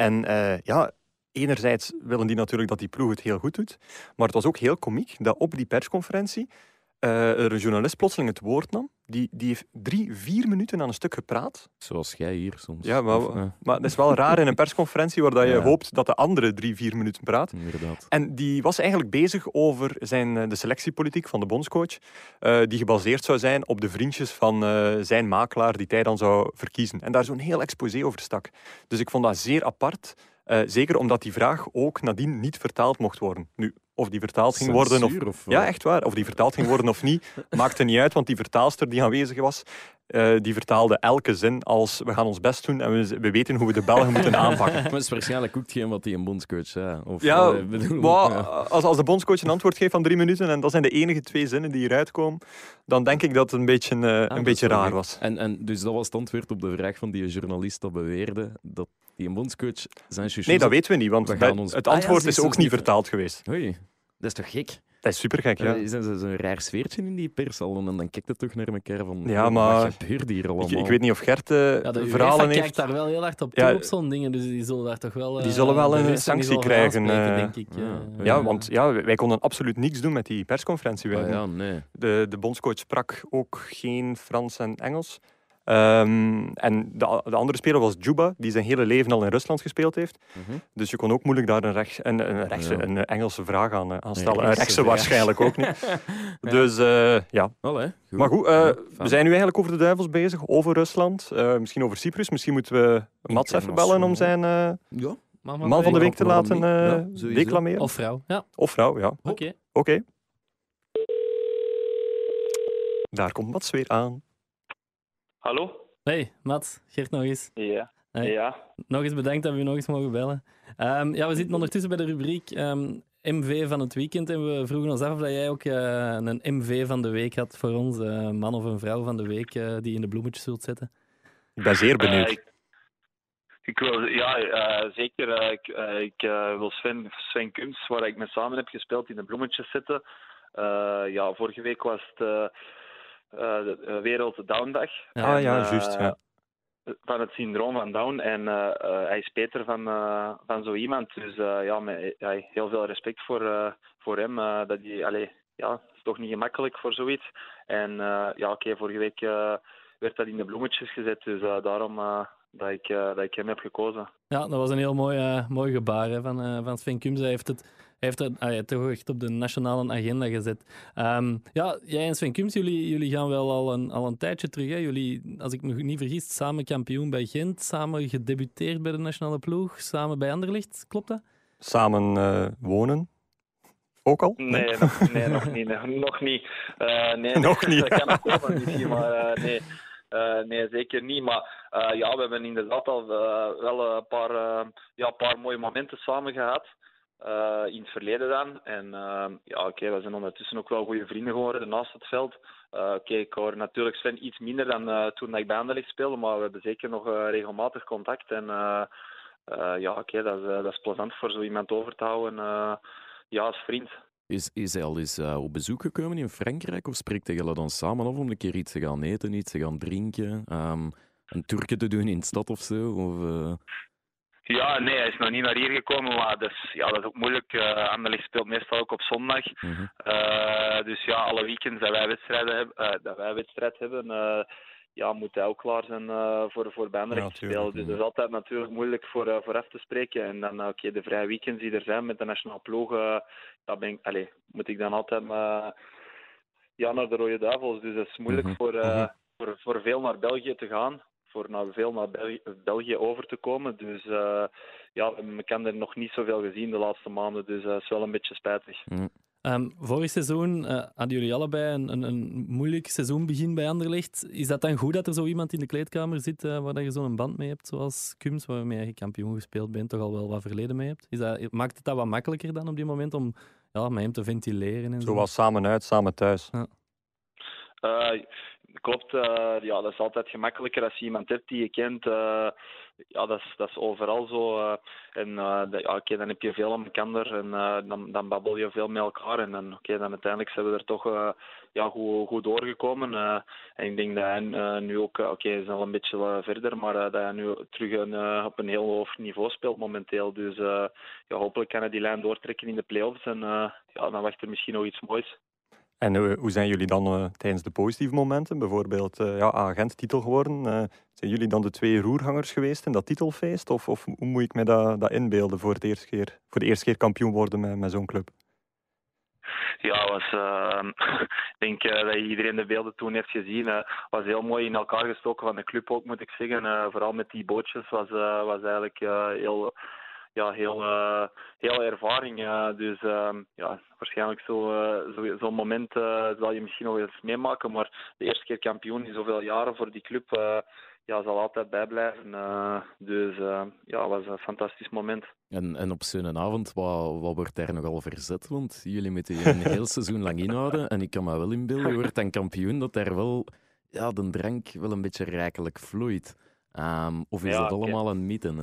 Enerzijds willen die natuurlijk dat die ploeg het heel goed doet. Maar het was ook heel komiek dat op die persconferentie er een journalist plotseling het woord nam. Die heeft 3-4 minuten aan een stuk gepraat. Zoals jij hier soms. Ja, Of, maar dat is wel raar in een persconferentie waar dat je Ja. hoopt dat de andere 3-4 minuten praat. Inderdaad. En die was eigenlijk bezig over de selectiepolitiek van de bondscoach, die gebaseerd zou zijn op de vriendjes van zijn makelaar die hij dan zou verkiezen. En daar zo'n heel exposé over stak. Dus ik vond dat zeer apart. Zeker omdat die vraag ook nadien niet vertaald mocht worden. Nu, of die vertaald ging worden Censuur of ja, echt waar. Of die vertaald ging worden of niet, maakte niet uit, want die vertaalster die aanwezig was, die vertaalde elke zin als we gaan ons best doen en we weten hoe we de Belgen moeten aanpakken. Maar het is waarschijnlijk ook geen wat die een bondscoach zei. Of, Ja, bedoel, maar als de bondscoach een antwoord geeft van 3 minuten en dat zijn de enige 2 zinnen die eruit komen, dan denk ik dat het een beetje raar was. En dus dat was het antwoord op de vraag van die journalist dat beweerde dat die een bondscoach zijn chouchous... Nee, dat weten we niet, want We gaan ons- het antwoord zie is je ook dus niet niet- vertaald geweest. Oei, dat is toch gek? Dat is supergek, ja. Is er zo'n raar sfeertje in die pers al? En dan kijkt het toch naar elkaar van... Ja, maar- Wat gebeurt hier allemaal? Ik weet niet of Gert Ja, de verhalen UEFA heeft. kijkt daar wel heel hard op Ja, toe op zo'n dingen, dus die zullen daar toch wel... Die zullen wel de een Russen niet sanctie over krijgen, aanspreken, denk ik. Ja, want wij konden absoluut niks doen met die persconferentie. Ah, ja, nee. De bondscoach sprak ook geen Frans en Engels. En de andere speler was Djuba, die zijn hele leven al in Rusland gespeeld heeft. Mhm. Dus je kon ook moeilijk daar een Engelse vraag aan stellen. Een rechtse vraag. waarschijnlijk ook niet. Dus ja. Allee, goed. Maar goed, Ja, we fijn. zijn nu eigenlijk over de duivels bezig, over Rusland, misschien over Cyprus. Misschien moeten we Mats even bellen om zijn Ja. man van de week te waarom laten niet? Ja, sowieso. declameren. Of vrouw, ja. Of vrouw, ja. Oké. Oké. Daar komt Mats weer aan. Hallo? Hey, Mats, Gert nog eens. Ja. Hey. Ja. Nog eens bedankt dat we u nog eens mogen bellen. Ja, we zitten ondertussen bij de rubriek MV van het weekend en we vroegen ons af of dat jij ook een MV van de week had voor ons, man of een vrouw van de week die in de bloemetjes zult zetten. Ik ben zeer benieuwd. Ik wil, zeker. Ik wil Sven Kums, waar ik mee samen heb gespeeld, in de bloemetjes zetten. Vorige week was het de Wereld Down-dag. Ja, juist. Ja. Van het syndroom van Down. En hij is Peter van zo iemand. Dus heel veel respect voor hem. Dat is toch niet gemakkelijk voor zoiets. En vorige week werd dat in de bloemetjes gezet. Dus daarom dat ik hem heb gekozen. Ja, dat was een heel mooi gebaar hè, van Sven Kums. Hij heeft het toch echt op de nationale agenda gezet. Jij en Sven Kums, jullie gaan wel al een tijdje terug. Hè? Jullie, als ik me niet vergis, samen kampioen bij Gent, samen gedebuteerd bij de nationale ploeg, samen bij Anderlecht. Klopt dat? Samen wonen. Ook al? Nee, nog niet. Nog niet. Nee, Nog niet. Dat kan nog komen misschien, maar nee. Nee, zeker niet. Maar we hebben inderdaad al wel een paar mooie momenten samen gehad. In het verleden dan. En we zijn ondertussen ook wel goede vrienden geworden naast het veld. Ik hoor natuurlijk Sven iets minder dan toen ik bij Anderlecht speelde, maar we hebben zeker nog regelmatig contact. En dat is plezant voor zo iemand over te houden als vriend. Is hij al eens op bezoek gekomen in Frankrijk of spreekt hij jullie dan samen af om een keer iets te gaan eten, iets te gaan drinken, een toertje te doen in de stad of zo? Of, Ja, nee, hij is nog niet naar hier gekomen, maar dat is ook moeilijk. Anderlecht speelt meestal ook op zondag. Dus alle weekends dat wij wedstrijd hebben, moet hij ook klaar zijn voor bij Anderlecht te spelen. Dus dat is altijd natuurlijk moeilijk vooraf te spreken. En dan de vrije weekends die er zijn met de nationale ploeg, moet ik dan altijd naar de Rode Duivels. Dus dat is moeilijk voor veel naar België te gaan. voor naar België over te komen. Dus ik heb er nog niet zoveel gezien de laatste maanden, dus dat is wel een beetje spijtig. Vorig seizoen hadden jullie allebei een moeilijk seizoenbegin bij Anderlecht. Is dat dan goed dat er zo iemand in de kleedkamer zit waar je zo'n band mee hebt, zoals Kums, waarmee je kampioen gespeeld bent, toch al wel wat verleden mee hebt? Maakt het dat wat makkelijker dan op die moment om met hem te ventileren? En zo was samen uit, samen thuis. Ja. Klopt, dat is altijd gemakkelijker als je iemand hebt die je kent. Dat is overal zo. Dan heb je veel aan elkaar en dan babbel je veel met elkaar. En dan uiteindelijk zijn we er toch goed doorgekomen. En ik denk dat hij nu ook, is al een beetje verder, maar dat hij nu terug op een heel hoog niveau speelt momenteel. Dus hopelijk kan hij die lijn doortrekken in de play-offs. En dan wacht er misschien nog iets moois. En hoe zijn jullie dan tijdens de positieve momenten? Bijvoorbeeld agent titel geworden. Zijn jullie dan de 2 roerhangers geweest in dat titelfeest? Of hoe moet ik me dat inbeelden voor de eerste keer kampioen worden met zo'n club? Ja, ik denk dat iedereen de beelden toen heeft gezien. Was heel mooi in elkaar gestoken van de club ook, moet ik zeggen. Vooral met die bootjes was eigenlijk heel ervaring. Dus waarschijnlijk zo'n moment zal je misschien nog eens meemaken. Maar de eerste keer kampioen in zoveel jaren voor die club zal altijd bijblijven. Dus was een fantastisch moment. En op zo'n avond, wat wordt daar nogal verzet? Want jullie moeten je een heel seizoen lang inhouden. En ik kan me wel inbeelden, je wordt dan kampioen, dat daar wel de drank wel een beetje rijkelijk vloeit. Of is dat allemaal een mythe?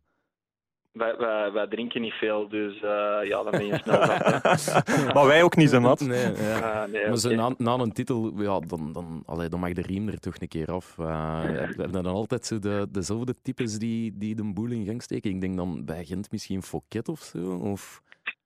Wij drinken niet veel, dus dan ben je snel zat. Maar wij ook niet, hè, Mats? Nee, maar zo okay. na een titel, dan mag de riem er toch een keer af. Hebben dan altijd zo dezelfde types die de boel in gang steken? Ik denk dan bij Gent misschien Fouquet of zo? Of...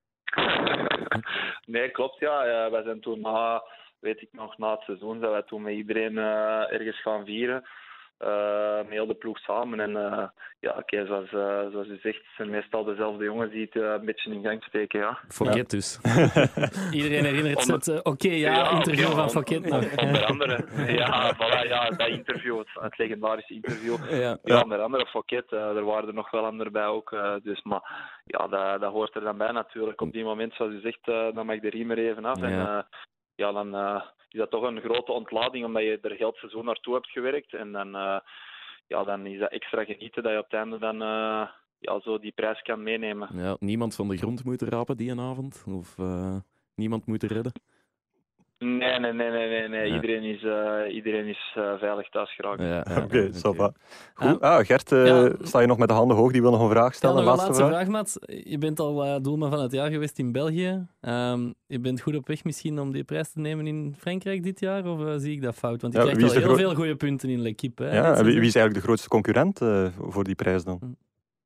Nee, klopt, ja. Wij zijn toen na het seizoen, zijn wij toen met iedereen ergens gaan vieren. Met heel de ploeg samen. En zoals u zegt, het zijn meestal dezelfde jongens die het een beetje in gang steken. Ja. Fouquet dus. Iedereen herinnert zich het interview van Fouquet nog. Onder andere. Dat interview, het legendarische interview. Onder andere Fouquet. Er waren er nog wel anderen bij ook. Dat hoort er dan bij natuurlijk. Op die moment, zoals u zegt, dan mag de riem er even af. En dan is dat toch een grote ontlading, omdat je er heel het seizoen naartoe hebt gewerkt. En dan is dat extra genieten dat je op het einde dan zo die prijs kan meenemen. Ja, niemand van de grond moet rapen die een avond? Of niemand moet redden? Nee. Ja. Iedereen is veilig thuis geraakt. Oké, ça va. Goed. Gert, sta je nog met de handen hoog? Die wil nog een vraag stellen. Nog een laatste vraag, Mats. Je bent al doelman van het jaar geweest in België. Je bent goed op weg misschien om die prijs te nemen in Frankrijk dit jaar? Of zie ik dat fout? Want je krijgt al heel veel goede punten in L'Équipe. Ja, wie is eigenlijk de grootste concurrent voor die prijs dan?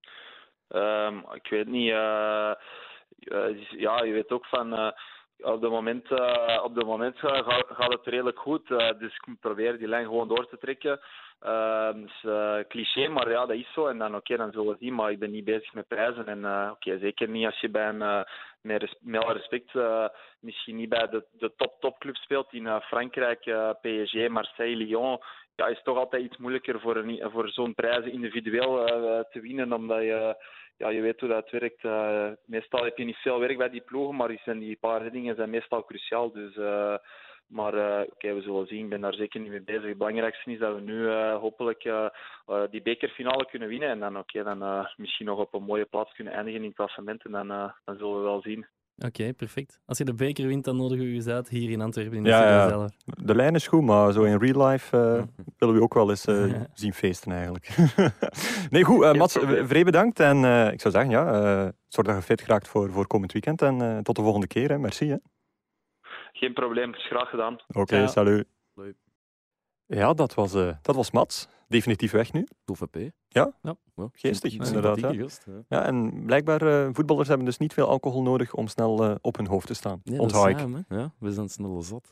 Ik weet niet. Je weet ook van... Op de moment gaat het redelijk goed, dus ik probeer die lijn gewoon door te trekken. Dat is cliché, maar dat is zo. En dan dan zullen we zien, maar ik ben niet bezig met prijzen. En zeker niet als je bij met alle respect, misschien niet bij de topclub speelt in Frankrijk, PSG, Marseille, Lyon. Ja, is toch altijd iets moeilijker voor zo'n prijzen individueel te winnen, omdat je weet hoe dat werkt. Meestal heb je niet veel werk bij die ploegen, maar die paar reddingen zijn meestal cruciaal. Dus, we zullen zien. Ik ben daar zeker niet mee bezig. Het belangrijkste is dat we nu hopelijk die bekerfinale kunnen winnen. En dan misschien nog op een mooie plaats kunnen eindigen in het klassement. En dan zullen we wel zien. Oké, perfect. Als je de beker wint, dan nodigen we u eens uit hier in Antwerpen in de studio zelf. De lijn is goed, maar zo in real life willen we ook wel eens zien feesten eigenlijk. Nee, goed. Mats, vrij bedankt. En ik zou zeggen, zorg dat je fit geraakt voor komend weekend. En tot de volgende keer. Hè. Merci. Hè. Geen probleem, is graag gedaan. Oké, salut. Leuk. Ja, dat was Mats. Definitief weg nu. Toffe P. Ja, geestig inderdaad. Ja, en blijkbaar, voetballers hebben dus niet veel alcohol nodig om snel op hun hoofd te staan. Nee, onthoud ik. Samen, ja, we zijn snel zat.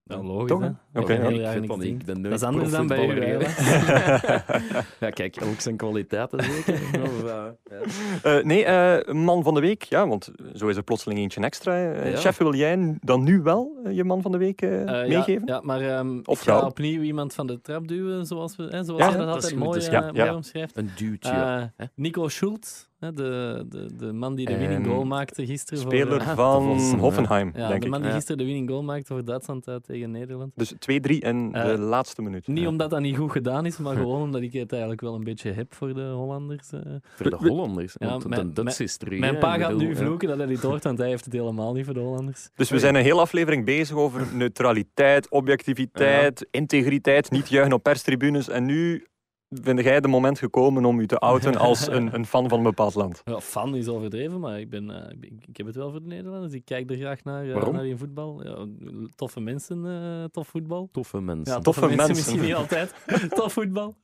Ja, logisch, Toch, hè? hè? Oké, Ik heb ja. heel Ik jaar weet niks dat niet. zien. Ik ben Dat nooit is anders dan bij u, profvoetballer hè? geweest. Ja, kijk, elk zijn kwaliteiten zeker. Of, ja. Nee, man van de week. Ja, want zo is er plotseling eentje extra. Ja. Chef, wil jij dan nu wel je man van de week meegeven? Ja, maar Of ik ga vrouw. opnieuw iemand van de trap duwen, zoals Ja, je dat dat is altijd goed, mooi, dat is goed. mooi Ja. omschrijft. Een duwtje. Nico Schultz, de man die de winning goal maakte gisteren. Speler voor, van Vossen, Hoffenheim, ja, denk de man ik. die gisteren de winning goal maakte voor Duitsland tegen Nederland. Dus 2-3 in de laatste minuut. Niet Ja. omdat dat niet goed gedaan is, maar gewoon omdat ik het eigenlijk wel een beetje heb voor de Hollanders. Voor de Hollanders. Ja, Want mijn- de Duits is terug. Mijn hè. pa Ik gaat bedoel, nu vloeken dat hij dit hoort, want hij heeft het helemaal niet voor de Hollanders. Dus we zijn een hele aflevering bezig over neutraliteit, objectiviteit, integriteit, niet juichen op perstribunes. En nu vind jij de moment gekomen om je te outen als een fan van een bepaald land. Ja, fan is overdreven, maar ik heb het wel voor de Nederlanders. Ik kijk er graag naar, Waarom? naar die voetbal. Ja, toffe mensen, tof voetbal. Toffe mensen. Ja, Toffe mensen. mensen. Misschien niet altijd. Tof voetbal.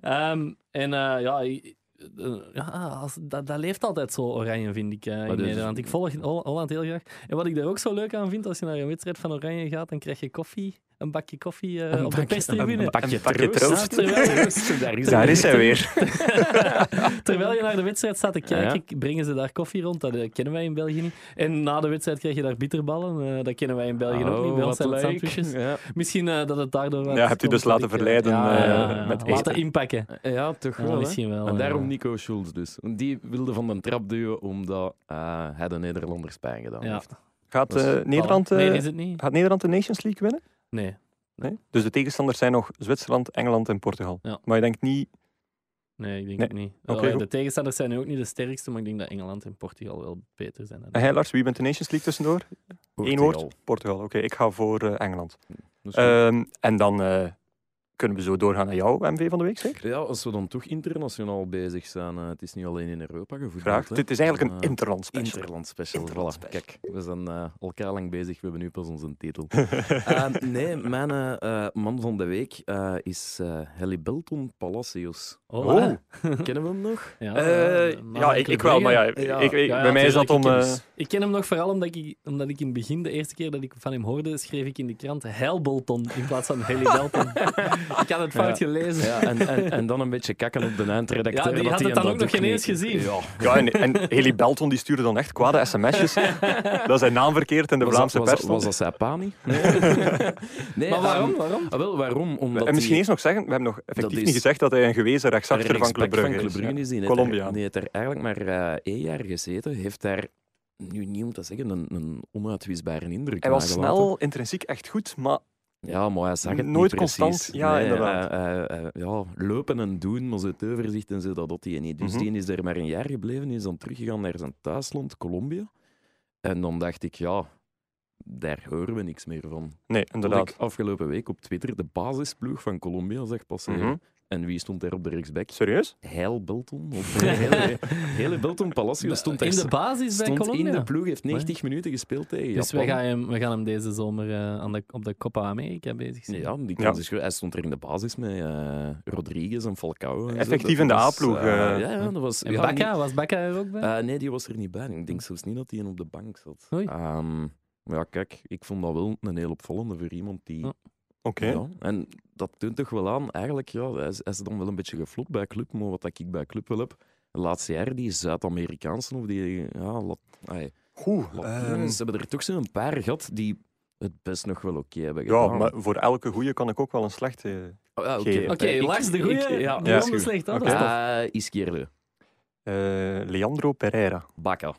Dat leeft altijd zo oranje, vind ik, in dus- Nederland. Ik volg Holland heel graag. En wat ik daar ook zo leuk aan vind, als je naar een wedstrijd van Oranje gaat, dan krijg je koffie, een bakje koffie op de perstribune. Een bakje Een bakje troost. troost. Daar is hij weer. Terwijl je naar de wedstrijd staat te kijken, brengen ze daar koffie rond. Dat kennen wij in België niet. En na de wedstrijd krijg je daar bitterballen. Dat kennen wij in België ook niet. Bij ons zijn het sandwiches. Ja. Misschien dat het daardoor wat Ja, hebt u komt dus dat laten ik, verleiden met eten. laten inpakken. Ja, toch Ja, wel. hè. misschien wel. En daarom ja. Nico Schulz dus. Die wilde van de trap duwen omdat hij de Nederlanders pijn gedaan Ja. heeft. Gaat, Dus- Nederland, Nee, is het niet? gaat Nederland de Nations League winnen? Nee. Nee? Dus de tegenstanders zijn nog Zwitserland, Engeland en Portugal. Ja. Maar je denkt niet... Nee, ik denk Nee. het niet. Oké, goed. De tegenstanders zijn nu ook niet de sterkste, maar ik denk dat Engeland en Portugal wel beter zijn. En jij, Lars, wie bent de Nations League tussendoor? Eén woord? Portugal. Oké, ik ga voor Engeland. Dus En dan kunnen we zo doorgaan naar jouw MV van de week, zeker? ja, als we dan toch internationaal bezig zijn. Het is niet alleen in Europa gevoetbald. Graag. hè. Dit is eigenlijk een Eh, interland special. Interland special. Interland Voilà. special. Kijk, we zijn elkaar lang bezig. We hebben nu pas onze titel. Nee, mijn man van de week is Helibelton Palacios. Oh, Kennen we hem nog? ja, Ja, ik wel, maar ja, Ja, bij mij is dat om... Ik ken hem nog vooral omdat ik in het begin, de eerste keer dat ik van hem hoorde, schreef ik in de krant Heilbolton in plaats van Helibelton. Ik had het fout gelezen. Ja, en dan een beetje kakken op de eindredacteur. Ja, die had het dan ook nog geen eens gezien. Ja. Ja, en Heli Belton die stuurde dan echt kwade sms'jes. Dat is zijn naam verkeerd in de Vlaamse pers. Was dat zijn pa niet? Nee, Maar waarom? Waarom? Wel, waarom? Omdat En misschien die- eens nog zeggen, we hebben nog effectief Dat is- niet gezegd dat hij een gewezen rechtsachter van rechtsback Club Brugge van is. Club Brugge Ja. is. Die Colombiaan. heeft er eigenlijk maar 1 jaar gezeten. Heeft daar, nu niet om te zeggen, een onuitwisbare indruk Hij was nagelaten. snel, intrinsiek echt goed, maar Ja, maar hij zag het nooit niet precies. constant. Ja, Nee, inderdaad. ja, lopen en doen, maar het overzicht en zo, dat had hij niet. Dus Mhm. die is er maar 1 jaar gebleven, is dan teruggegaan naar zijn thuisland, Colombia. En dan dacht ik, ja, daar horen we niks meer van. nee, Tot inderdaad. ik afgelopen week op Twitter de basisploeg van Colombia zag passeren. Mhm. En wie stond daar op de rechtsback? Serieus? Heil Belton. Of hele Belton Palacio stond daar. In de basis bij stond Colombia. in de ploeg, heeft 90 minuten gespeeld tegen Dus Japan. we gaan hem deze zomer op de Copa America bezig zien. Ja, die Ja. kans is groot. Hij stond er in de basis met Rodriguez en Falcao. En zo. Effectief Dat in de was, A-ploeg, ja, dat was... En ja, Bacca, was Bacca er ook bij? niet- nee, die was er niet bij. Ik denk zelfs niet dat hij op de bank zat. Oei. Maar ja, kijk, ik vond dat wel een heel opvallende voor iemand die... Ja. Oké. Ja, en dat toont toch wel aan, eigenlijk, ja, hij is dan wel een beetje geflopt bij Club, maar wat ik bij Club wel heb, de laatste jaren, die Zuid-Amerikaanse of die... Ja, Goed. Latijnen, ze hebben er toch zo'n paar gehad die het best nog wel oké hebben Ja, gedaan. maar voor elke goeie kan ik ook wel een slechte... Oh, ja, geven. Oké, Ik- Lars de goeie, ja, de ja. ronde slecht. Oh, Oké. dat is tof. Izquierdo, Leandro Pereira. Bacca.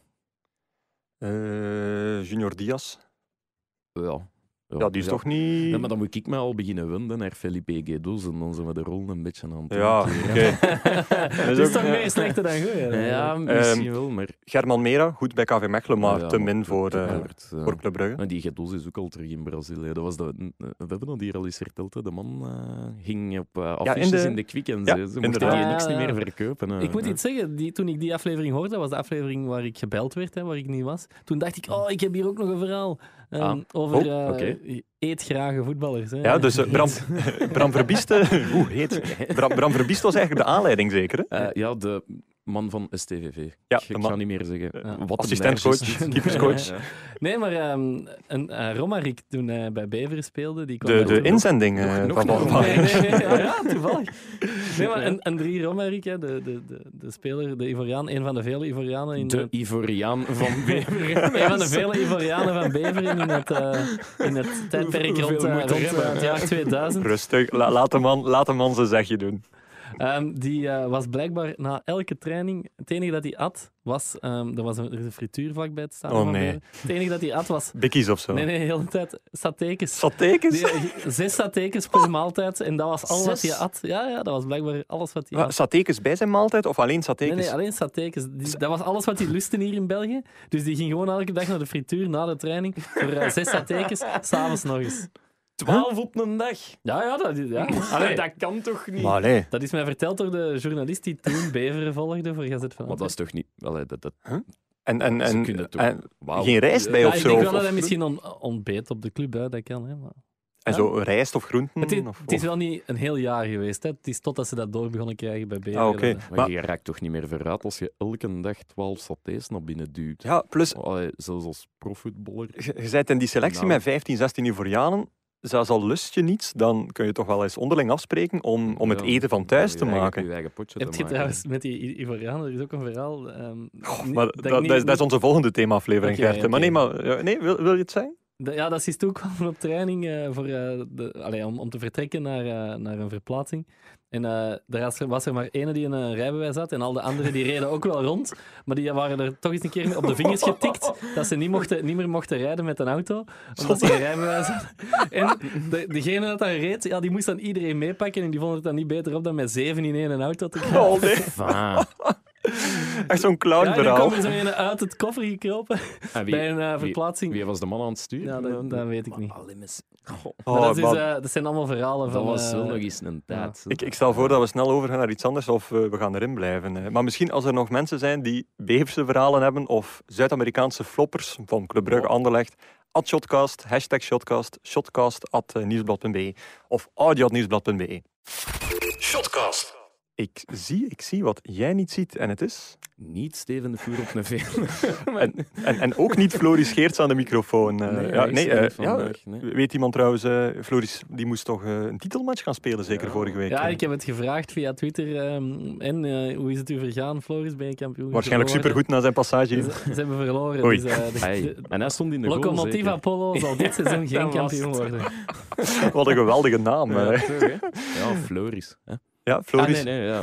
Junior Diaz. Ja. Ja, die is toch niet... Ja, maar dan moet ik mij al beginnen wenden naar Felipe Guedes en dan zijn we de rol een beetje aan het Ja, omkeren. oké. Het is toch meer slechter dan goed? Ja, misschien wel, maar... German Mera, goed bij KV Mechelen, maar Ja, te min voor, te kort, voor Club Brugge. Maar die Guedes is ook al terug in Brazilië. Dat was we hebben dat hier al eens verteld. Hè. De man ging op affiches in de Kwik en Ja, zo. Ze mochten inderdaad. die niks Ja, niet ja. meer verkopen. Ik moet iets zeggen, toen ik die aflevering hoorde, dat was de aflevering waar ik gebeld werd, waar ik niet was. Toen dacht ik, ik heb hier ook nog een verhaal over oké. eetgrage voetballers. Hè. Ja, dus Bram Verbieste... Bram Verbieste was eigenlijk de aanleiding, zeker? Hè? Ja, man van STVV. Ja, Ik ga niet meer zeggen. Wat assistentcoach, keeperscoach. Ja. Nee, maar Romaric, toen hij bij Beveren speelde... Die kwam De daar inzending nog van niet. van- Nee, ja, toevallig. Nee, maar André Romaric, hè, de speler, de Ivoriaan, een van de vele Ivorianen in De Ivoriaan van Beveren. een van de vele Ivorianen van Beveren in het tijdperk rond het jaar 2000. Rustig, laat de man zijn zegje doen. Die was blijkbaar na elke training... Het enige dat hij at was... er is een frituur vlakbij het stadion van nee. Beveren. Het enige dat hij at was... Bikkies of zo. Nee, de hele tijd satékens. Satékens? 6 satékens per maaltijd en dat was alles wat 6? hij at. Ja, dat was blijkbaar alles wat hij at. Satékens bij zijn maaltijd of alleen satékens? Nee, alleen satékens. Dat was alles wat hij lustte hier in België. Dus die ging gewoon elke dag naar de frituur na de training voor 6 satékens, s'avonds nog eens. 12 op een dag. Ja. Allee, dat kan toch niet? Maar nee. Dat is mij verteld door de journalist die toen Beveren volgde voor Gazet van Maar dat Antwerpen. is toch niet... Allee, dat... En Ze kunnen toch... Wauw. geen rijst bij Ja, of ik zo? denk wel dat Of- hij misschien ontbeet op de club, hè. Dat kan. Hè, maar... En zo rijst of groenten? Het is wel niet een heel jaar geweest. Hè. Het is totdat ze dat door begonnen krijgen bij Beveren. Oké. Maar je raakt toch niet meer verraad als je elke dag 12 satés naar binnen duwt. Ja, plus, Allee, zelfs als profvoetballer. je bent in die selectie Nou. met 15, 16 Ivorianen. Zelfs al lust je niets, dan kun je toch wel eens onderling afspreken om het Ja, eten van thuis te je eigen- maken. Je eigen potje Heb te je maken. trouwens met die Ivorianen, er is ook een verhaal... Maar dat is onze volgende thema-aflevering, Oké, Gert. Maar oké. nee, wil je het zeggen? Dat is toekwam op training om te vertrekken naar een verplaatsing. En daar was er maar ene die een rijbewijs had en al de anderen die reden ook wel rond. Maar die waren er toch eens een keer mee op de vingers getikt dat ze niet meer mochten rijden met een auto, omdat ze geen rijbewijs hadden. En degene dat daar reed, ja, die moest dan iedereen meepakken en die vonden het dan niet beter op dan met 7 in één auto te krijgen. Oh nee, Van. echt zo'n Ja, en dan clown-verhaal. kwam er zo een uit het koffer gekropen En bij een verplaatsing. Wie was de man aan het sturen? Ja, dat weet ik niet. Allee, mis- Maar dat, man. dat zijn allemaal verhalen van... Dat was wel nog eens een tijd. Ik stel voor dat we snel overgaan naar iets anders of we gaan erin blijven. Maar misschien als er nog mensen zijn die Beverse verhalen hebben of Zuid-Amerikaanse floppers van Club Brugge, Anderlecht, @shotcast, #shotcast, shotcast@nieuwsblad.be of audio@nieuwsblad.be. Shotcast. Ik zie wat jij niet ziet en het is... Niet Steven de Voer op een veel. En ook niet Floris Geerts aan de microfoon. Weet iemand trouwens, Floris die moest toch een titelmatch gaan spelen, zeker vorige week? Ja, ik heb het gevraagd via Twitter. Hoe is het u vergaan, Floris? Ben je kampioen? Waarschijnlijk supergoed na zijn passage hier. Ze hebben verloren. Oei. Dus, En hij stond in de goal, Lokomotiv zeker. Apollo zal dit seizoen geen Dat was kampioen het. worden. Wat een geweldige naam. Ja, hè. toch, hè? Ja, Floris. Hè? Ja, Floris. Nee, ja.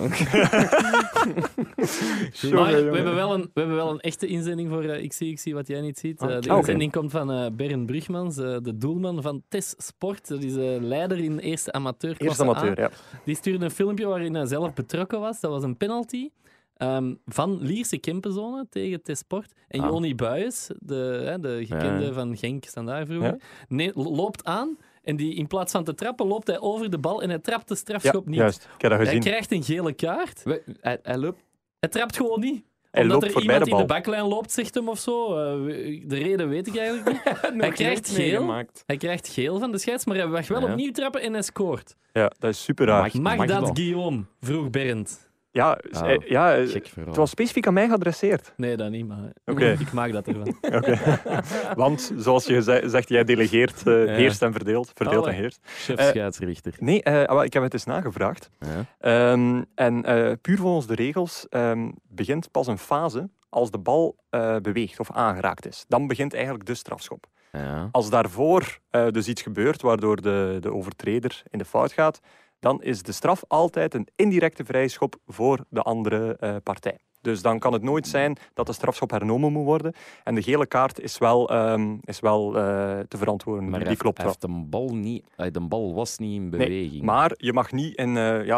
Maar we hebben wel een echte inzending voor Ik zie wat jij niet ziet. De oké. inzending komt van Bernd Brugmans, de doelman van TES Sport. Dat is leider in de eerste amateurklasse Eerste amateur, A. ja. Die stuurde een filmpje waarin hij zelf betrokken was. Dat was een penalty van Lierse Kempenzone tegen TES Sport. En Joni Buijs, de gekende van Genk Standaard vroeger, loopt aan. En die, in plaats van te trappen, loopt hij over de bal en hij trapt de strafschop niet. Juist. Ik heb dat Hij gezien. krijgt een gele kaart. Hij loopt. Hij trapt gewoon niet. Hij Omdat loopt er voorbij iemand de in de bal. baklijn loopt, zegt hem of zo. De reden weet ik eigenlijk niet. Hij krijgt geel. Hij krijgt geel van de scheids, maar hij mag wel Ja. opnieuw trappen en hij scoort. Ja, dat is super raar. Mag dat, dat? Guillaume? Vroeg Bernd. Ja, Gek verhaal. het was specifiek aan mij geadresseerd. Nee, dat niet, maar Oké. ik maak dat ervan. Want, zoals je zegt, jij delegeert, heerst en verdeelt. Verdeelt en heerst. Chef scheidsrechter. Nee, ik heb het eens nagevraagd. Ja. Puur volgens de regels begint pas een fase als de bal beweegt of aangeraakt is. Dan begint eigenlijk de strafschop. Ja. Als daarvoor dus iets gebeurt waardoor de overtreder in de fout gaat, dan is de straf altijd een indirecte vrije schop voor de andere partij. Dus dan kan het nooit zijn dat de strafschop hernomen moet worden. En de gele kaart is wel te verantwoorden. Maar die klopt wel. de bal niet. De bal was niet in beweging. Nee, maar je mag niet in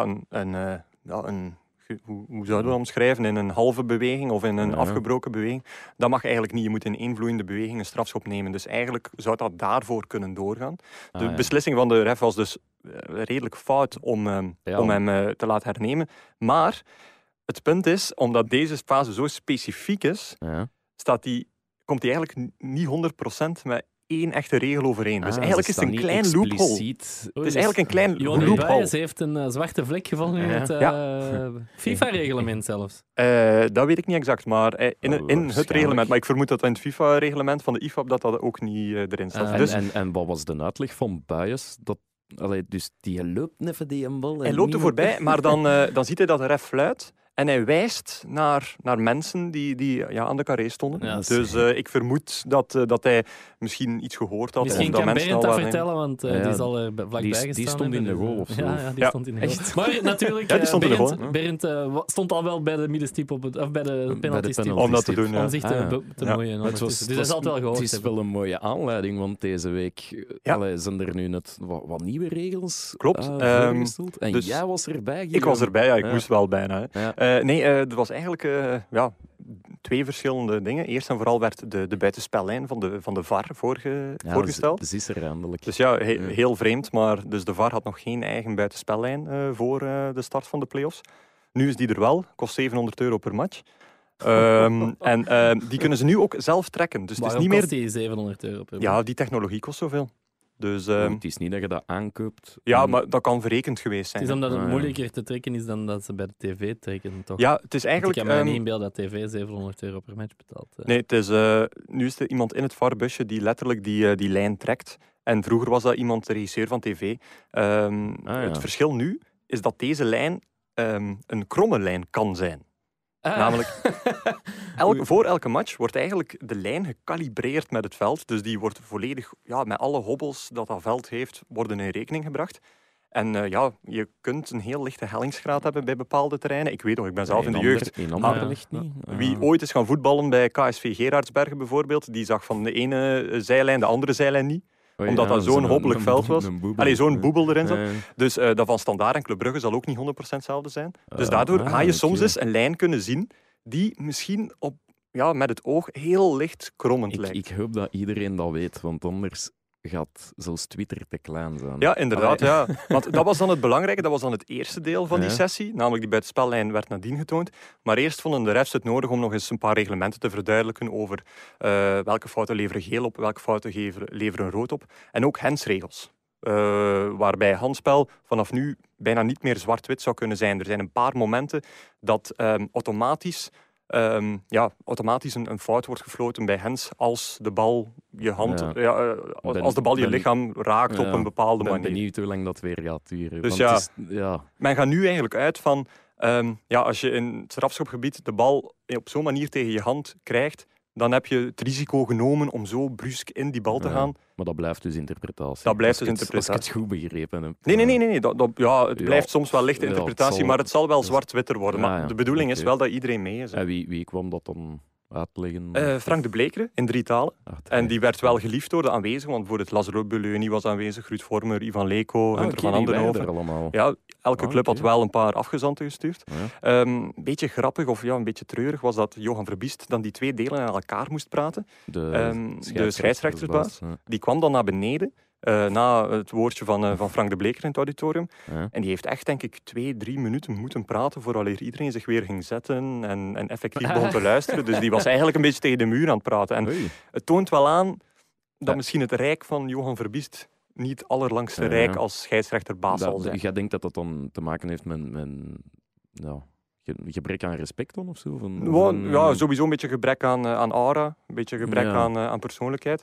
hoe zouden we dat omschrijven? In een halve beweging of in een afgebroken beweging. Dat mag eigenlijk niet. Je moet in één vloeiende beweging een strafschop nemen. Dus eigenlijk zou dat daarvoor kunnen doorgaan. De beslissing van de ref was dus redelijk fout om hem te laten hernemen. Maar het punt is, omdat deze fase zo specifiek is, komt hij eigenlijk niet 100% met één echte regel overeen. Dus eigenlijk is het een klein loophole. loophole. Het is eigenlijk een klein Johan loophole. heeft een zwarte vlek gevonden in het FIFA-reglement zelfs. Dat weet ik niet exact, maar in het reglement. Maar ik vermoed dat in het FIFA-reglement van de IFAB dat ook niet erin staat. En wat was de uitleg van Buijs? Dus die loopt even die bal. Hij loopt er voorbij, maar dan ziet hij dat de ref fluit. En hij wijst naar mensen die aan de carré stonden. Ja, dus ik vermoed dat hij misschien iets gehoord had. Misschien dat kan mensen Bernd dat waren. vertellen, want die is al vlakbij gestaan. Die stond in de goal of zo. Ja, die stond in de goal. Maar natuurlijk, die stond in de goal. Bernd stond al wel bij de middenstip of bij de penalty-stip. Om dat te doen, om zich te mooien. Dus dat is altijd wel gehoord. Het is wel een mooie aanleiding, want deze week zijn er nu net wat nieuwe regels voorgesteld. En dus jij was erbij, Guillaume. Ik was erbij, ik moest wel bijna. Nee, er was eigenlijk twee verschillende dingen. Eerst en vooral werd de buitenspellijn van de VAR voorgesteld. Dus is er eindelijk. Dus heel vreemd, maar dus de VAR had nog geen eigen buitenspellijn voor de start van de play-offs. Nu is die er wel, kost €700 per match. En die kunnen ze nu ook zelf trekken. Dus waarom het is niet kost die €700 per match? Ja, die technologie kost zoveel. Dus, het is niet dat je dat aankoopt. Ja, maar dat kan verrekend geweest zijn. Het is omdat het moeilijker te trekken is dan dat ze bij de tv trekken, toch? Ja, het is eigenlijk... Ik kan mij niet inbeelden dat tv €700 per match betaalt. Nee, nu is er iemand in het VAR-busje die letterlijk die lijn trekt. En vroeger was dat iemand, de regisseur van tv. Het verschil nu is dat deze lijn een kromme lijn kan zijn. Namelijk, voor elke match wordt eigenlijk de lijn gekalibreerd met het veld. Dus die wordt volledig, met alle hobbels dat veld heeft, worden in rekening gebracht. En je kunt een heel lichte hellingsgraad hebben bij bepaalde terreinen. Ik weet nog, ik ben zelf in de jeugd. Wie ooit is gaan voetballen bij KSV Gerardsbergen bijvoorbeeld, die zag van de ene zijlijn de andere zijlijn niet. Omdat dat zo'n hobbelig veld was. Zo'n boebel erin zat. Dus dat van Standaard en Club Brugge zal ook niet 100% hetzelfde zijn. Dus daardoor ga je soms eens een lijn kunnen zien die misschien met het oog heel licht krommend lijkt. Ik hoop dat iedereen dat weet, want anders gaat zelfs Twitter te klein zijn. Ja, inderdaad. Ja. Want dat was dan het belangrijke, dat was dan het eerste deel van die sessie. Namelijk die buitenspellijn werd nadien getoond. Maar eerst vonden de refs het nodig om nog eens een paar reglementen te verduidelijken over welke fouten leveren geel op, welke fouten leveren rood op. En ook handsregels. Waarbij handspel vanaf nu bijna niet meer zwart-wit zou kunnen zijn. Er zijn een paar momenten dat automatisch een fout wordt gefloten bij hands als de bal je hand, als de bal je lichaam raakt op een bepaalde manier. Ik ben benieuwd hoe lang dat weer gaat duren. Dus want men gaat nu eigenlijk uit van, als je in het strafschopgebied de bal op zo'n manier tegen je hand krijgt, dan heb je het risico genomen om zo brusk in die bal te gaan. Maar dat blijft dus interpretatie. Dat blijft dus interpretatie. Als ik het goed begrepen heb. Nee. Het blijft soms wel lichte interpretatie, maar het zal wel zwart-witter worden. Maar de bedoeling is wel dat iedereen mee is. En wie kwam dat dan uitleggen? Frank de Bleekere, in 3 talen. En die werd wel geliefd door de aanwezigen, want bijvoorbeeld Lazaro Beleuni was aanwezig, Ruud Vormer, Ivan Leko, Hunter van Andenhoven. Ja, elke club had wel een paar afgezanten gestuurd. Een beetje grappig of een beetje treurig was dat Johan Verbiest dan die 2 delen aan elkaar moest praten. De scheidsrechtersbaas. Die kwam dan naar beneden. Na het woordje van Frank de Bleker in het auditorium. En die heeft echt, denk ik, 2-3 minuten moeten praten vooraleer iedereen zich weer ging zetten en effectief begon te luisteren. Dus die was eigenlijk een beetje tegen de muur aan het praten. En het toont wel aan dat misschien het rijk van Johan Verbiest niet het allerlangste rijk als scheidsrechterbaas zal zijn. Jij denkt dat dat dan te maken heeft met gebrek aan respect dan of zo? Sowieso een beetje gebrek aan aura, een beetje gebrek aan persoonlijkheid.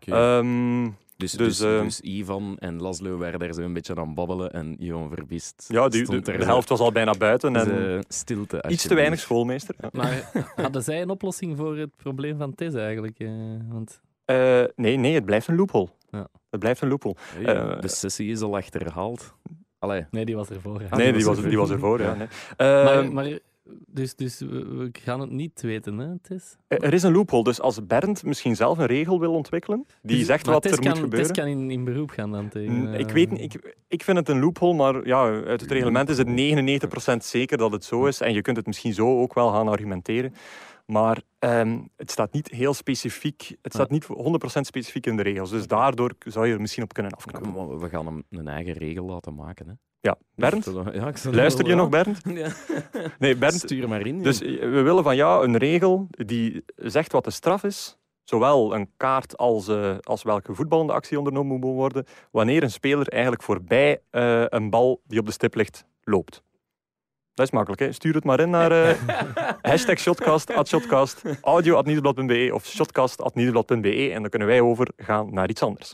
Dus Ivan en Laszlo waren daar zo een beetje aan babbelen en Johan Verbiest... Ja, de helft was al bijna buiten. En stilte. Iets te weinig schoolmeester. Ja. Maar hadden zij een oplossing voor het probleem van Tess eigenlijk? Nee, het blijft een loophole. Ja. Het blijft een loophole. De sessie is al achterhaald. Allee. Nee, die was ervoor. Die was ervoor, ja. Nee. Maar dus we gaan het niet weten, hè, Tess? Er is een loophole, dus als Bernd misschien zelf een regel wil ontwikkelen, die zegt wat er moet gebeuren... Tess kan in beroep gaan dan tegen... Ik weet niet, ik vind het een loophole, maar uit het reglement is het 99% zeker dat het zo is. En je kunt het misschien zo ook wel gaan argumenteren. Maar het staat niet heel specifiek, het staat niet 100% specifiek in de regels. Dus daardoor zou je er misschien op kunnen afknappen. We gaan hem een eigen regel laten maken, hè? Ja, Bernd? Luister je nog, Bernd? Ja. Nee, Bernd. Stuur maar in. Dus we willen van jou een regel die zegt wat de straf is, zowel een kaart als welke voetballende actie ondernomen moet worden, wanneer een speler eigenlijk voorbij een bal die op de stip ligt, loopt. Dat is makkelijk, hè? Stuur het maar in naar #shotcast, @shotcast, audio@nieuwsblad.be of shotcast@nieuwsblad.be en dan kunnen wij overgaan naar iets anders.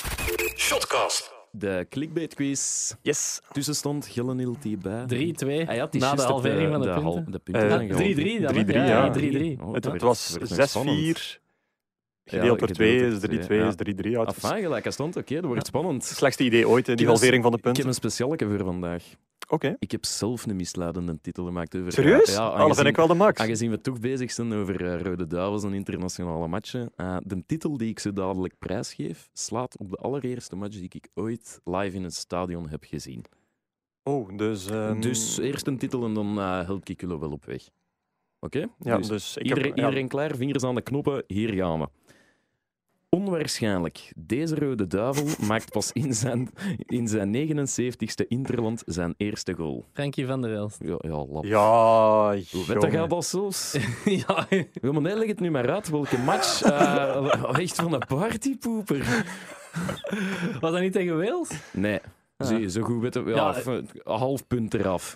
Shotcast. De clickbait quiz. Yes. Tussenstand Gillenhilt bij. 3-2. Ah ja, het is Na de juist halvering van de punten. De punten zijn gehaald. 3-3 dan, 3-3, hè? ja. 3-3. Oh, Het was 6-4, gedeeld door 2 is 3-2, is 3-3 uit. Enfin, gelijke stand. Oké, dat wordt spannend. Slechtste idee ooit, hè, die Ik heb halvering van de Ik heb punten. een specialeke voor vandaag. Oké. Ik heb zelf een misleidende titel gemaakt over... Serieus? Ja, dat vind ik wel de max. aangezien we toch bezig zijn over Rode Duivels en internationale matchen. De titel die ik zo dadelijk prijsgeef, slaat op de allereerste match die ik ooit live in het stadion heb gezien. Oh, dus... Dus eerst een titel en dan help ik jullie wel op weg. Oké? Ja, Dus dus ik iedereen, heb... ja, iedereen klaar, vingers aan de knoppen, hier gaan we. Onwaarschijnlijk, deze Rode Duivel maakt pas in zijn 79ste Interland zijn eerste goal. Frankie van der Elst. Ja, lap. Ja, Hoe vettig gaat dat zelfs? Ja, Ja, maar nee, leg het nu maar uit. Welke match? Echt van een partypoeper. was dat niet tegen Wales? Nee. Zie je, zo goed weten we. Ja, Een half punt eraf.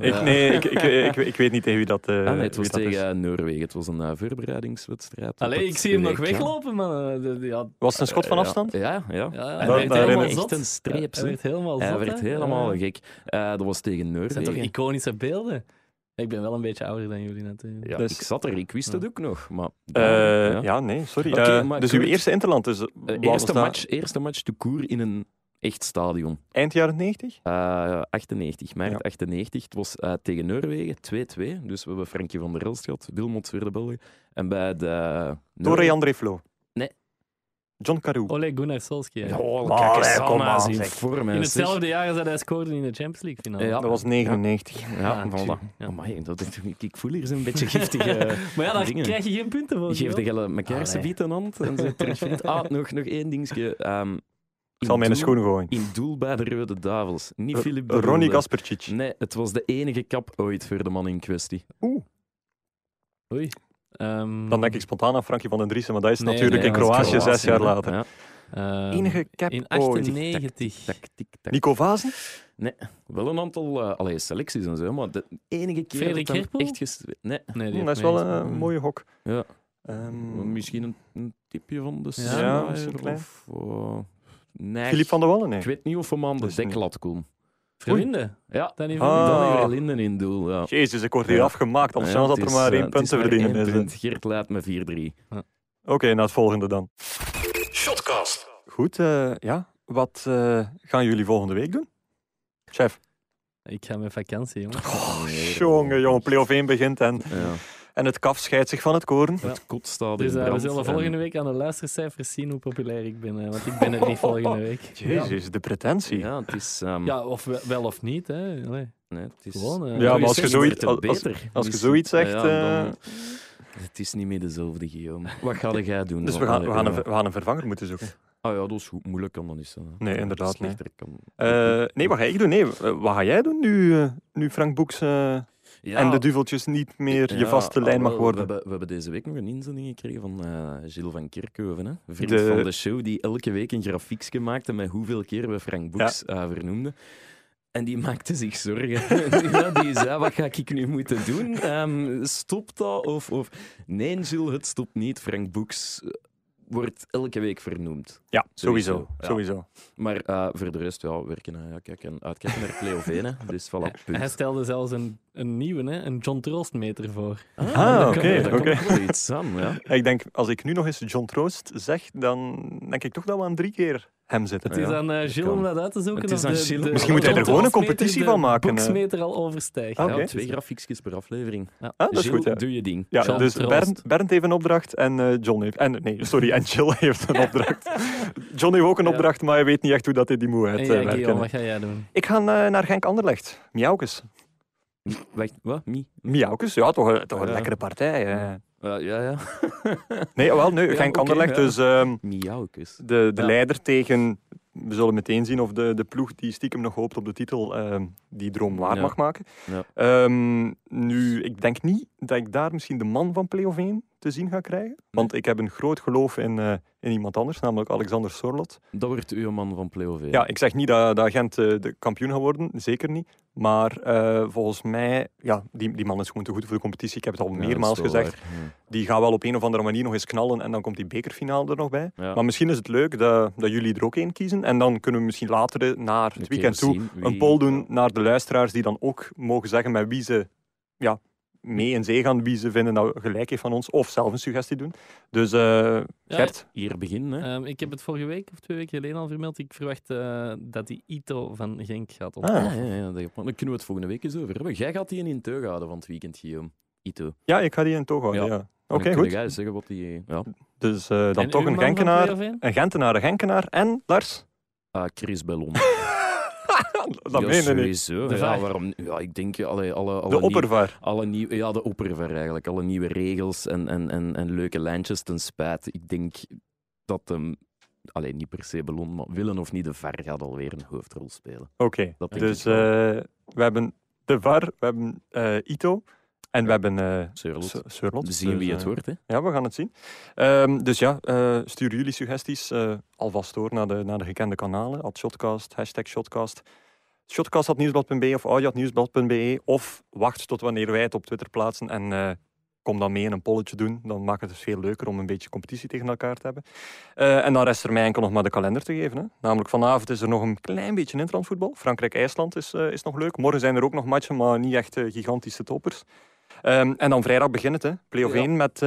ik weet niet tegen wie dat Het was wie dat is. tegen Noorwegen. Het was een voorbereidingswedstrijd. Allee, ik zie hem nog weglopen, man. Ja, Was het een schot van afstand? Ja. hij Dan- werd daar helemaal in- zot. Echt een streep. Hij werd helemaal zot. Hij werd hè? helemaal Ja. gek. Dat was tegen Dat zijn toch Noorwegen. iconische beelden? Ik ben wel een beetje ouder dan jullie natuurlijk. Ja, Dus- ik zat er, ik wist het ook nog. Maar, Ja, nee, sorry. Oké, maar dus Kurt- uw eerste Interland, dus, wat was dat? Eerste match to court in een echt stadion. Eind jaren 90? 98, maart Ja. 98. Het was tegen Noorwegen, 2-2. Dus we hebben Frankie van der Elst gehad, Wilmots voor de Belgen. En bij de... Torre André Flo? Nee. John Carew? Ole Gunnar Solskjaer. Oh, Maar kijk eens allee, kom aan, aan, hij is in zeg. vorm. hè, In zeg. hetzelfde jaar dat hij scoorde in de Champions League finale. Ja. Dat was 99. Ja, Ah, voilà. ja. Amai, ik voel hier zo'n beetje giftige Maar ja, daar dingen. krijg je geen punten voor. Je geeft de joh. gele elkaar Allee. ze een hand en ze terugvindt. Nog één dingetje. Ik zal mijn schoenen gooien. In doel bij de Rode Duivels. Niet Filip de Ronnie Wilde. Gaspercic. Nee, het was de enige kap ooit voor de man in kwestie. Oei. Dan denk ik spontaan aan Frankie van den Driessen, maar dat is Nee, natuurlijk nee, in dat is Kroatië 6 jaar hè. later. Ja. Enige cap in ooit. 98. Tak. Nico Vazen? Wel een aantal selecties en zo, maar de enige keer Frederik dat hem Herpoel? echt Nee, Nee, die Dat heeft is wel meegespeeld. een mooie hok. Ja. Ehm, Misschien een tipje van de Ja, Snijer misschien klein. of... nee, Filip van der Wallen, nee. ik weet niet of hem aan de Dus niet. deklat komt. Verlinde. Ja, Danny Ah. Verlinde. Danny Verlinden in doel. Ja. Jezus, ik word hier Ja. afgemaakt. Als Ja, chance dat het er is, maar 1 het punt is te maar verdienen 1 is. punt. Geert leidt met 4-3. Oké, naar het volgende dan. Shotcast. Goed, ja. Wat gaan jullie volgende week doen? Chef. Ik ga met vakantie, jongen. Jongen, play-off 1 begint en Ja. het kaf scheidt zich van het koren. Het kot staat Dus in we brand zullen en- volgende week aan de luistercijfers zien hoe populair ik ben. Want ik ben er niet volgende week. Jezus, de pretentie. Ja, het is... Ja, of wel of niet. Hè. Allee, nee, het is gewoon. Ja, maar als je zoiets- wordt het als- beter. als je Dus- zoiets zegt, dan- het is niet meer dezelfde, Guillaume. Wat ga jij doen? Dus dan? we gaan Ja. een vervanger moeten zoeken. Ah ja, dat is goed. Moeilijk kan dat niet zijn. hè. Nee, inderdaad, Slechter kan... Nee, wat ga ik doen? Nee, wat ga jij doen nu Frank Boeks Ja, en de duveltjes niet meer je ja, vaste lijn mag wel, worden? We hebben deze week nog een inzending gekregen van Gilles van Kerkhoven. Hè? Vriend De- van de show, die elke week een grafiekje maakte met hoeveel keer we Frank Boeks vernoemden. En die maakte zich zorgen. Ja, die zei, wat ga ik nu moeten doen? Stopt dat? Of... Nee, Gilles, het stopt niet. Frank Boeks wordt elke week vernoemd. Ja, sowieso. Ja. Sowieso. Maar voor de rest, werken en uitkijken naar play-off 1. Hè. Dus voilà, punt. Hij stelde zelfs een nieuwe, hè, een John Troostmeter voor. Ah, oké, Daar oké. komt wel iets aan, ja. Ik denk, als ik nu nog eens John Troost zeg, dan denk ik toch dat we aan 3 keer hem zitten. Het is Ja, aan Gilles kan. om dat uit te zoeken. Het is of aan de- Gilles. de- Misschien moet hij de er gewoon een Troostmeter competitie de van maken, boeksmeter al overstijgt. Ah, oké. Ja, 2 grafiekjes per aflevering. Ja. Ah, dat is Gilles, goed, ja. doe je ding. Ja, John dus Troost. Bernd heeft een opdracht en John heeft... en Jill heeft een opdracht. John heeft ook een Ja. opdracht, maar hij weet niet echt hoe dat hij die moet En jij, uitwerken. Guillaume, wat ga jij doen? Ik ga naar Genk-Anderlecht. Miauwkes. Wacht, wat? Miauwkes, ja, toch een Ja. lekkere partij. Hè. Ja. Nee, Ja, Genk-Anderlecht. oké, ja. Dus Miauwkes. de Ja. leider tegen we zullen meteen zien of de ploeg die stiekem nog hoopt op de titel die droom waar mag maken. Ja. Nu, ik denk niet dat ik daar misschien de man van Play-off 1 te zien ga krijgen. Want ik heb een groot geloof in iemand anders, namelijk Alexander Sorloth. Dat wordt uw man van Play-off 1. Ja, ik zeg niet dat Gent de kampioen gaat worden, zeker niet. Maar volgens mij, ja, die man is gewoon te goed voor de competitie. Ik heb het al meermaals gezegd. Die gaat wel op een of andere manier nog eens knallen en dan komt die bekerfinale er nog bij. Ja. Maar misschien is het leuk dat jullie er ook één kiezen. En dan kunnen we misschien later naar het weekend toe een poll doen naar de luisteraars die dan ook mogen zeggen met wie ze mee in zee gaan, wie ze vinden dat gelijk heeft van ons, of zelf een suggestie doen. Dus Gert? Hier beginnen. Hè? Ik heb het vorige week of 2 weken geleden al vermeld. Ik verwacht dat die Ito van Genk gaat ontploffen. Dan kunnen we het volgende week eens over hebben. Jij gaat die in teug houden van het weekend, Guillaume. Ito. Ja, ik ga die in toog houden, ja. Oké, goed. Jij zeggen wat die... Ja. Dus dan toch een Genkenaar, een Gentenaar, een Genkenaar en Lars? Chris Bellon. Dat meen je niet. Sowieso. De VAR. Waarom? Ja, ik denk alle De oppervaar. de oppervaar eigenlijk. Alle nieuwe regels en leuke lijntjes ten spijt. Ik denk dat hem... Alleen niet per se Bellon, maar willen of niet, de VAR gaat alweer een hoofdrol spelen. Oké, Dat denk dus ik wel. we hebben de VAR, we hebben Ito en we hebben Surlot. We zien wie het wordt. Hè? Ja, we gaan het zien. Dus ja, stuur jullie suggesties alvast door naar de gekende kanalen. @Shotcast, #Shotcast. Shotcast@nieuwsblad.be of audio@nieuwsblad.be. Of wacht tot wanneer wij het op Twitter plaatsen en kom dan mee in een polletje doen. Dan maakt het dus veel leuker om een beetje competitie tegen elkaar te hebben. En dan rest er mij enkel nog maar de kalender te geven. Hè. Namelijk vanavond is er nog een klein beetje interlandvoetbal. Frankrijk-IJsland is nog leuk. Morgen zijn er ook nog matchen, maar niet echt gigantische toppers. En dan vrijdag begint het, hè. Play-off 1 met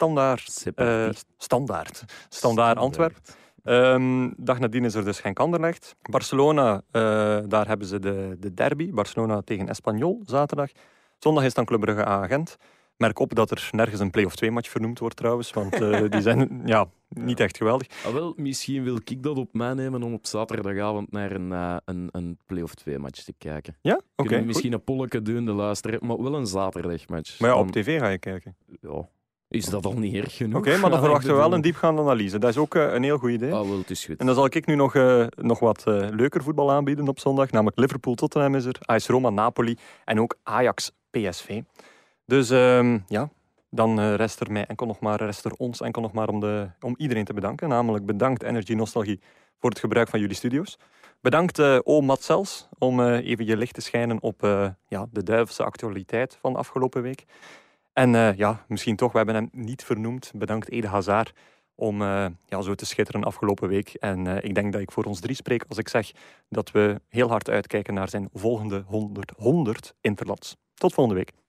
Standaard Antwerpen. Dag nadien is er dus Genk-Anderlecht. Barcelona, daar hebben ze de derby. Barcelona tegen Espanyol, zaterdag. Zondag is dan Club Brugge Gent. Merk op dat er nergens een play-off 2-match vernoemd wordt trouwens, want die zijn niet echt geweldig. Wel, misschien wil ik dat op mij nemen om op zaterdagavond naar een play-off 2-match te kijken. Ja? Oké. Kunnen we misschien een polletje doen, de luisteraar, maar wel een zaterdagmatch. Maar ja, op tv ga je kijken. Ja, is dat al niet erg genoeg? Oké, maar dan verwachten we wel een diepgaande analyse. Dat is ook een heel goed idee. Wel, het is goed. En dan zal ik nu nog wat leuker voetbal aanbieden op zondag. Namelijk Liverpool-Tottenham is er, AS Roma-Napoli en ook Ajax-PSV. Dus dan rest er ons enkel nog maar om iedereen te bedanken. Namelijk bedankt Energy Nostalgie voor het gebruik van jullie studio's. Bedankt Matt Sels om even je licht te schijnen op de duivelse actualiteit van de afgelopen week. En misschien toch, we hebben hem niet vernoemd. Bedankt Ede Hazard om zo te schitteren afgelopen week. En ik denk dat ik voor ons 3 spreek als ik zeg dat we heel hard uitkijken naar zijn volgende 100 interlands. Tot volgende week.